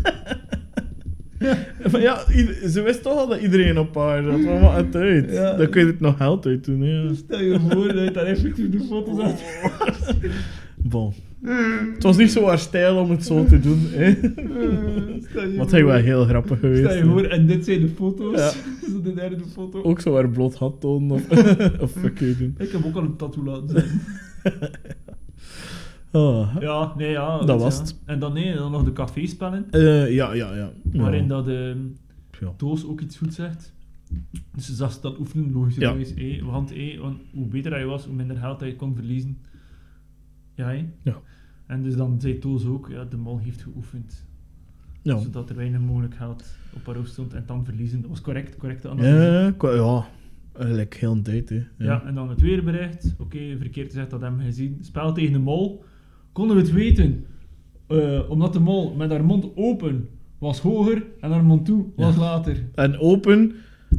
Van, ja, ieder- ze wist toch al dat iedereen op haar zat. Maar maak het uit. Ja. Dan kun je het nog geld uit doen, hè. Ja. Stel je voor dat je daar effectief de foto zet. Bon. Het was niet zo haar stijl om het zo te doen, hè. Stel je Maar het is wel heel grappig geweest. Stel je hè. voor, en dit zijn de foto's. Ja. Zo de derde foto. Ook zo haar bloot had tonen of, of fuck je doen. Ik heb ook al een tattoo laten zijn. Oh. Ja, nee, ja. Dat weet was je, het. ja. En dan, nee, dan nog de caféspellen, Uh, ja, ja, ja. waarin ja. dat de Ja. Toos ook iets goed zegt. Dus dat ze dat oefenen, logischerwijs. Ja. Eh, want, eh, want hoe beter hij was, hoe minder geld hij kon verliezen. Ja, hè? Ja. En dus dan zei Toos ook, ja, de mol heeft geoefend. Ja. Zodat er weinig mogelijk geld op haar hoofd stond en dan verliezen. Dat was correct, correcte analyse. Ja, qua- ja, eigenlijk heel een tijd, hè. Ja. Ja. En dan het weerbericht. Oké, okay, verkeerd gezegd, dat hebben we gezien. Spel tegen de mol. Konden we het weten? Uh, omdat de mol met haar mond open was hoger en haar mond toe was Ja. later. En open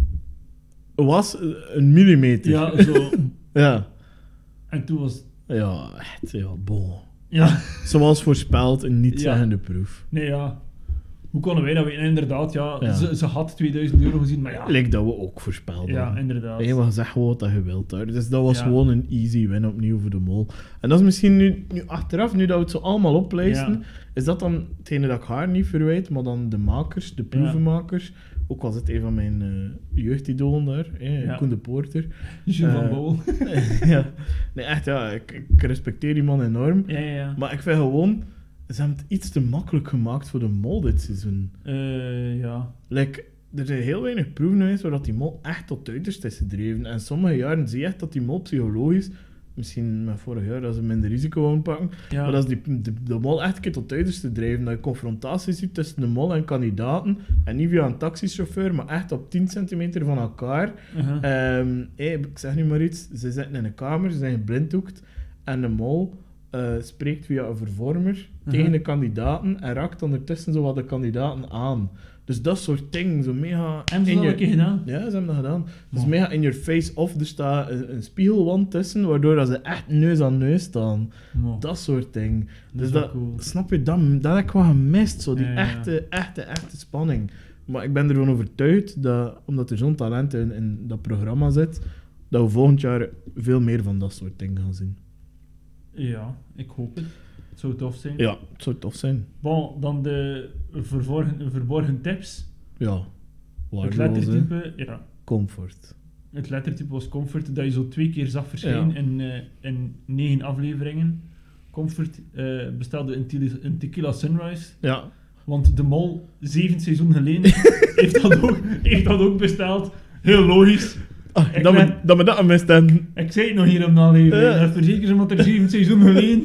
was een millimeter. Ja, zo. Ja. En toen was... Ja, echt, ja, bon. Ja. Zoals voorspeld, een niet-zeggende Ja. proef. Nee, ja. Hoe konden wij dat weten? Inderdaad, ja. Ja. Ze, ze had tweeduizend euro gezien, maar ja. Lijkt dat we ook voorspelden. Ja, inderdaad. Je mag zeggen wat je wilt daar. Dus dat was Ja. gewoon een easy win opnieuw voor de mol. En dat is misschien nu, nu achteraf, nu dat we het zo allemaal oplijsten, Ja. is dat dan hetgene dat ik haar niet verwijt, maar dan de makers, de proevenmakers. Ook was het een van mijn uh, jeugdidolen daar, eh, Ja. Koen de Poorter. Jules van Eh, Bool. ja. Nee, echt, ja, ik, ik respecteer die man enorm. Ja, ja, ja. Maar ik vind gewoon, ze hebben het iets te makkelijk gemaakt voor de mol dit seizoen. Uh, ja. Like, er zijn heel weinig proeven geweest waar dat die mol echt tot het uiterste is gedreven. En sommige jaren zie je echt dat die mol psychologisch, misschien met vorig jaar dat ze minder risico wouden pakken, Ja. maar dat is die, de, de mol echt een keer tot het uiterste drijven. Dat je confrontaties ziet tussen de mol en kandidaten. En niet via een taxichauffeur, maar echt op tien centimeter van elkaar. Uh-huh. Um, hey, ik zeg nu maar iets, ze zitten in een kamer, ze zijn geblinddoekt en de mol uh, spreekt via een vervormer Uh-huh. tegen de kandidaten en raakt ondertussen zo wat de kandidaten aan. Dus dat soort dingen, zo mega... Hebben ze in dat je- een keer gedaan? Ja, ze hebben dat gedaan. Dus Oh. mega in your face of er staat een, een spiegelwand tussen, waardoor dat ze echt neus aan neus staan. Oh, Dat soort dingen. dat Dus is wel dat, cool. snap je, dat, dat heb ik wel gemist, zo die Ja, ja. echte, echte, echte spanning. Maar ik ben ervan overtuigd dat, omdat er zo'n talent in, in dat programma zit, dat we volgend jaar veel meer van dat soort dingen gaan zien. Ja, ik hoop het. Het zou tof zijn. Ja, het zou tof zijn. Bon, dan de verborgen, verborgen tips. Ja. Het Waardeloos, hè. lettertype, ja. Comfort. Het lettertype was Comfort, dat je zo twee keer zag verschijnen Ja. in, uh, in negen afleveringen. Comfort uh, bestelde een, te- een Tequila Sunrise, Ja. want de mol, zeven seizoenen geleden, heeft, dat ook, heeft dat ook besteld. Heel logisch. Ah, Ik dat, ben- we, dat we dat gemist hebben. Ik zei het nog hier op de aflevering, Ja. dat verzekerd is omdat er zeven seizoenen geleden...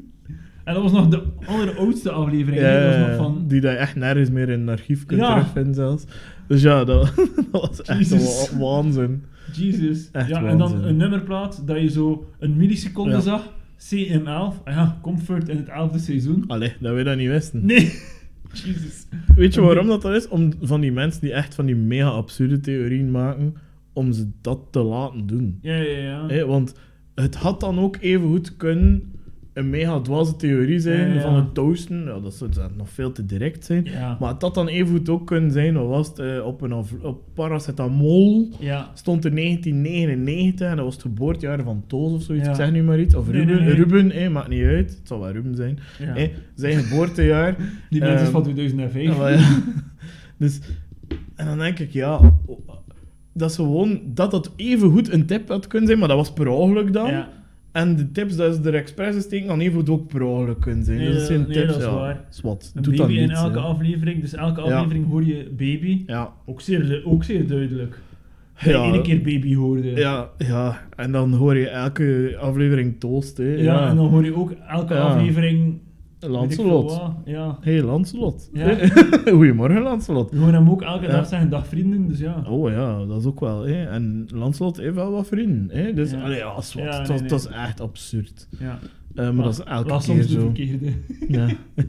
En dat was nog de alleroudste aflevering. hè. Dat was nog van... Die dat je echt nergens meer in een archief kunt Ja. terugvinden zelfs. Dus ja, dat, dat was echt Jezus. wa- waanzin. Jesus. Echt Ja, en dan waanzin. een nummerplaat dat je zo een milliseconde Ja. zag. C M elf. Ah ja, Comfort in het elfde seizoen. Allee, dat we dat niet wisten. Nee. Jesus. Weet je waarom dat, dat is? Om van die mensen die echt van die mega absurde theorieën maken, om ze dat te laten doen. Ja, ja, ja. Hè, want het had dan ook even goed kunnen een mega dwaze theorie zijn Ja, ja. van het toasten. Ja, dat zou dat nog veel te direct zijn. Ja. Maar het had dan even goed ook kunnen zijn, wat was het, eh, op, een, af- op paracetamol Ja. stond er negentien negenennegentig en dat was het geboortejaar van Toos of zoiets. Ja. Ik zeg nu maar iets. Of Nee, Ruben, nee, nee. Ruben hè, maakt niet uit. Het zal wel Ruben zijn. ja. Hè, zijn geboortejaar. Die mensen is Ehm, van tweeduizend vijf. Ja, maar ja. Dus, en dan denk ik, ja, dat is gewoon dat dat even goed een tip had kunnen zijn, maar dat was per ongeluk dan. Ja. En de tips dat ze er expres in steken, kan even goed ook per ongeluk kunnen zijn. Nee, dus dat zijn nee, tips, dat is ja, waar. zwart. Een Doet dat baby in niet, elke hè. aflevering. Dus elke Ja. aflevering hoor je baby. Ja. Ook zeer, ook zeer duidelijk. Dat je Ja. één keer baby hoorde. Ja, ja, en dan hoor je elke aflevering toast, hè. Ja, Ja, en dan hoor je ook elke Ja. aflevering... Lancelot. weet ik veel wat. Ja. Hey, Lancelot. Ja. Goedemorgen, Lancelot. We horen hem ook elke Ja. dag zeggen dag vrienden, dus ja. Oh ja, dat is ook wel. Hè. En Lancelot heeft wel wat vrienden. Hè. Dus, Ja. allee, ja, zwart. Ja, dat, nee, nee. dat is echt absurd. ja. Eh, maar dat is elke was keer soms de zo. verkeerde. Ja.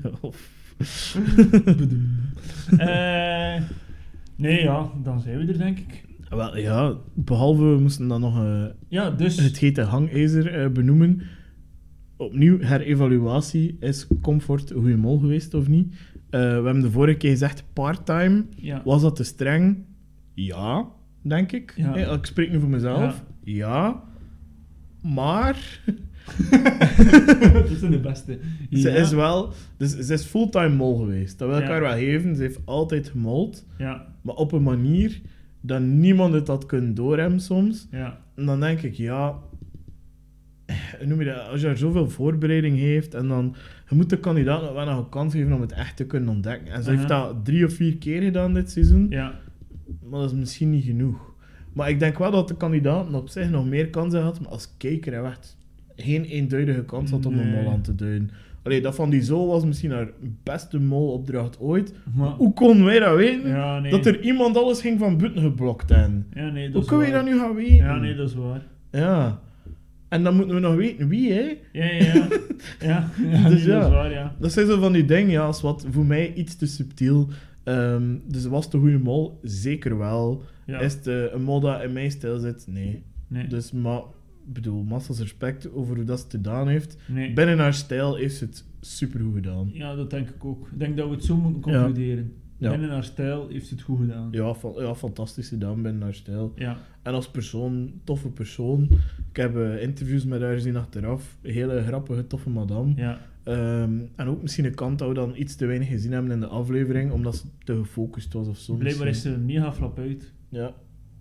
Bedoem. Eh, nee, ja, dan zijn we er, denk ik. Wel, ja, behalve we moesten dan nog eh, Ja, dus... het hete hangijzer eh, benoemen. Opnieuw, herevaluatie. Is Comfort een goede mol geweest of niet? Eh, we hebben de vorige keer gezegd part-time. Ja. Was dat te streng? Ja, denk ik. Ja. Eh, ik spreek nu voor mezelf. Ja. Maar... Dat zijn de beste. Ze Ja. is wel... Dus ze is fulltime mol geweest. Dat wil ik Ja. haar wel geven. Ze heeft altijd gemold. Ja, Maar op een manier dat niemand het had kunnen doorhebben soms. ja. En dan denk ik, ja... hoe noem je dat? Als je er zoveel voorbereiding heeft en dan... Je moet de kandidaat nog wel nog een kans geven om het echt te kunnen ontdekken. En ze heeft Uh-huh. dat drie of vier keer gedaan dit seizoen, Ja, maar dat is misschien niet genoeg. Maar ik denk wel dat de kandidaat op zich nog meer kansen had, maar als kijker heb echt geen eenduidige kans had om een Nee. mol aan te duiden. Allee, dat van die Zo was misschien haar beste molopdracht ooit. maar... Hoe konden wij dat weten? Ja, nee. Dat er iemand alles ging van buiten geblokt en. Ja, nee, dat Hoe is kun je waar. dat nu gaan weten? Ja, nee, dat is waar. Ja. En dan moeten we nog weten wie, hè? Ja, ja, ja. Ja, ja, Dus nee, ja. dat is waar, ja. Dat zijn zo van die dingen, ja, als wat voor mij iets te subtiel. Ehm, dus was het een goede mol? Zeker wel. Ja. Is het eh, een mol dat in mijn stijl zit? Nee. Nee, Dus, maar, ik bedoel, massas respect over hoe dat ze het gedaan heeft. nee. Binnen haar stijl heeft ze het supergoed gedaan. Ja, dat denk ik ook. Ik denk dat we het zo moeten concluderen. Ja. Binnen haar stijl heeft ze het goed gedaan. Ja, fa- ja, fantastisch gedaan binnen haar stijl. Ja. En als persoon, toffe persoon. Ik heb eh, interviews met haar gezien achteraf. Een hele grappige, toffe madame. Ja. Ehm, en ook misschien een kant dat we dan iets te weinig gezien hebben in de aflevering, omdat ze te gefocust was of zo. Blijkbaar is misschien. ze mega flap uit. Ja.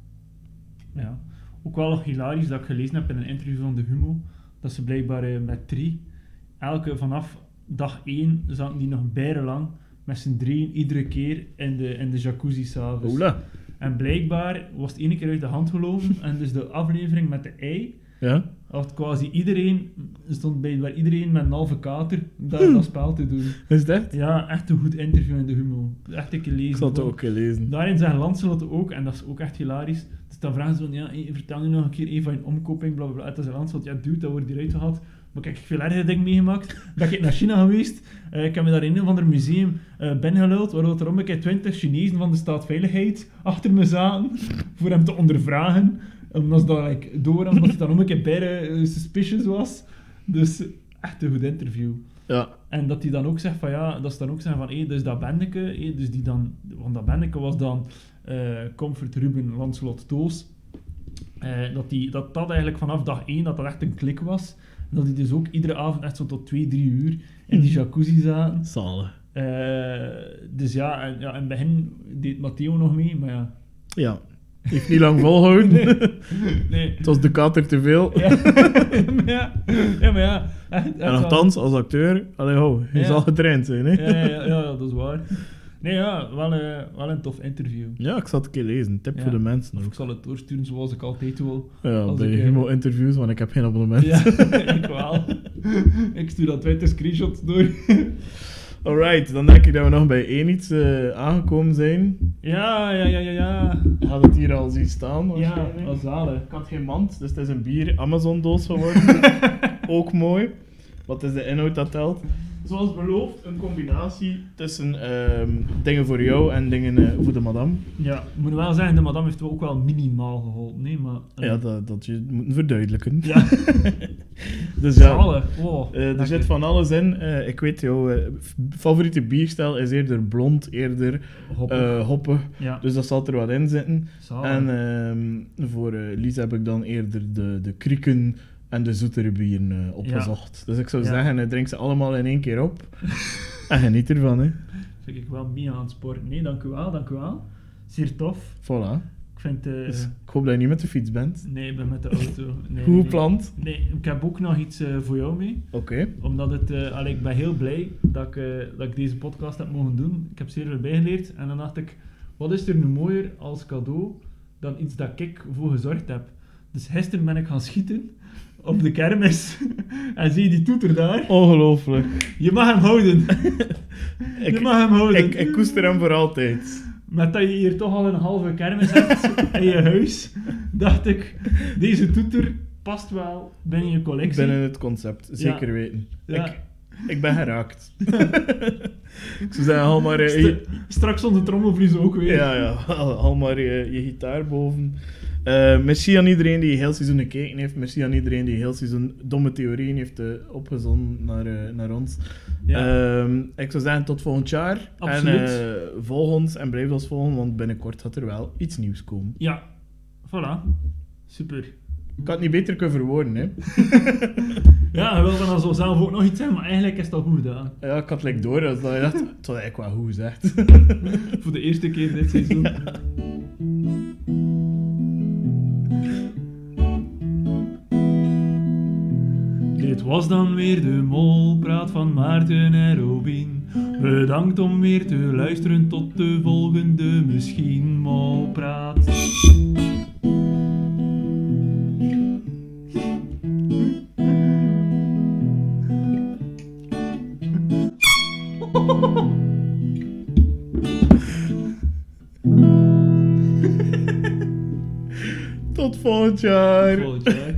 Ja. Ook wel nog hilarisch dat ik gelezen heb in een interview van de Humo, dat ze blijkbaar eh, met drie, elke vanaf dag één zaten die nog bijrenlang met z'n drieën iedere keer in de, in de jacuzzi s'avonds. Oula. En blijkbaar was het ene keer uit de hand gelopen en dus de aflevering met de ei Ja? had quasi iedereen, stond blijkbaar iedereen met een halve kater daar dat spel te doen. Is het echt? Ja, echt een goed interview in de Humo. Echt een keer lezen. Ik zal het ook lezen. Daarin zegt Lancelot ook, en dat is ook echt hilarisch. Dus dan vragen ze van, ja, hey, vertel nu nog een keer even van je omkoping, bla bla bla. En dan zegt Lancelot, ja, dude, dat wordt hieruit gehaald. Maar kijk, ik heb veel erger dingen meegemaakt. Ben ik naar China geweest. Uh, ik heb me daar in een of ander museum uh, binnengeluld, waar er om een keer twintig Chinezen van de staatsveiligheid achter me zaten, voor hem te ondervragen. Omdat ze dat like, door omdat hij dan om een keer bijna uh, suspicious was. Dus echt een goed interview. Ja. En dat hij dan ook zegt van ja, dat ze dan ook zeggen van hé, dus dat bendeke, hé, dus die dan, want dat bendeke was dan uh, Comfort, Ruben, Lancelot, Toos. Uh, dat, die, dat dat eigenlijk vanaf dag één, dat dat echt een klik was. En dat die dus ook iedere avond echt zo tot twee, drie uur in die jacuzzi zaten. Zalig. Uh, dus ja, en, ja, in het begin deed Matteo nog mee, maar ja. Ja. Heeft niet lang volgehouden. Nee. Nee. Het was de kater te veel. Ja, maar ja. Ja, maar ja. Echt, echt En wel. nogthans, als acteur, allee, ho, je Ja. zal getraind zijn, hè? Ja, ja, ja, ja, dat is waar. Nee, ja, wel, uh, wel een tof interview. Ja, ik zal het een keer lezen. Tip Ja. voor de mensen Of ik ook. zal het doorsturen zoals ik altijd doe. Ja, als bij ik, eh, Humo-interviews, want ik heb geen abonnement. Ja, ik wel. Ik stuur dat twintig screenshots door. Alright, dan denk ik dat we nog bij één iets uh, aangekomen zijn. Ja, ja, ja, ja, ja. Je gaat het hier al zien staan, Ja, waarschijnlijk. als zalig. Ik had geen mand, dus het is een bier Amazon-doos geworden. Ook mooi. Wat is de inhoud dat telt? Zoals beloofd, een combinatie tussen ehm, dingen voor jou en dingen uh, voor de madame. Ja, ik moet wel zeggen, de madame heeft ook wel minimaal geholpen. Nee, maar... uh, Ja, dat, dat je moet verduidelijken. Ja. Dus ja, Zalig. Oh, uh, er lekker. zit van alles in. Uh, ik weet, jouw uh, favoriete bierstijl is eerder blond, eerder Hoppig. uh, hoppig. Ja, Dus dat zal er wat in zitten. zalig. En ehm, voor uh, Lies heb ik dan eerder de, de krieken en de zoetere bieren uh, opgezocht. Dus ik zou Ja. zeggen, uh, drink ze allemaal in één keer op. En geniet ervan, hè. Vind ik wel mee aan het sporten. Nee, dank u wel, dank u wel. Zeer tof. Voilà. Ik vind... uh, Dus ik hoop dat je niet met de fiets bent. Nee, ik ben met de auto. Nee, Goed nee. gepland. Nee, ik heb ook nog iets uh, voor jou mee. Oké. Omdat het... Uh, allee, ik ben heel blij dat ik, uh, dat ik deze podcast heb mogen doen. Ik heb zeer veel bijgeleerd. En dan dacht ik, wat is er nu mooier als cadeau dan iets dat ik voor gezorgd heb. Dus gisteren ben ik gaan schieten op de kermis. En zie je die toeter daar? Ongelooflijk. Je mag hem houden. Ik, Je mag hem houden. ik, ik koester hem voor altijd. Met dat je hier toch al een halve kermis hebt in je huis, dacht ik, deze toeter past wel binnen je collectie. Binnen het concept, zeker Ja. weten. Ja. Ik, ik ben geraakt. Ik zou zeggen, haal maar, uh, je, St- straks onze trommelvlies ook weer. ja, ja, haal, haal maar je, je gitaar boven. Uh, merci aan iedereen die heel seizoen gekeken heeft. Merci aan iedereen die heel seizoen domme theorieën heeft uh, opgezonden naar, uh, naar ons. Ja. Um, ik zou zeggen, tot volgend jaar. Absoluut. En uh, volg ons en blijf ons volgen, want binnenkort gaat er wel iets nieuws komen. Ja, voilà. Super. Ik had het niet beter kunnen verwoorden, hè. Ja, je wil dan zo zelf ook nog iets zeggen, maar eigenlijk is het al goed gedaan. Ja, ik had het door, als dat je dacht, het was eigenlijk wel goed gezegd. Voor de eerste keer dit seizoen. Dit was dan weer de Molpraat van Maarten en Robin. Bedankt om weer te luisteren tot de volgende misschien Molpraat. Tot volgend jaar. Volgend jaar.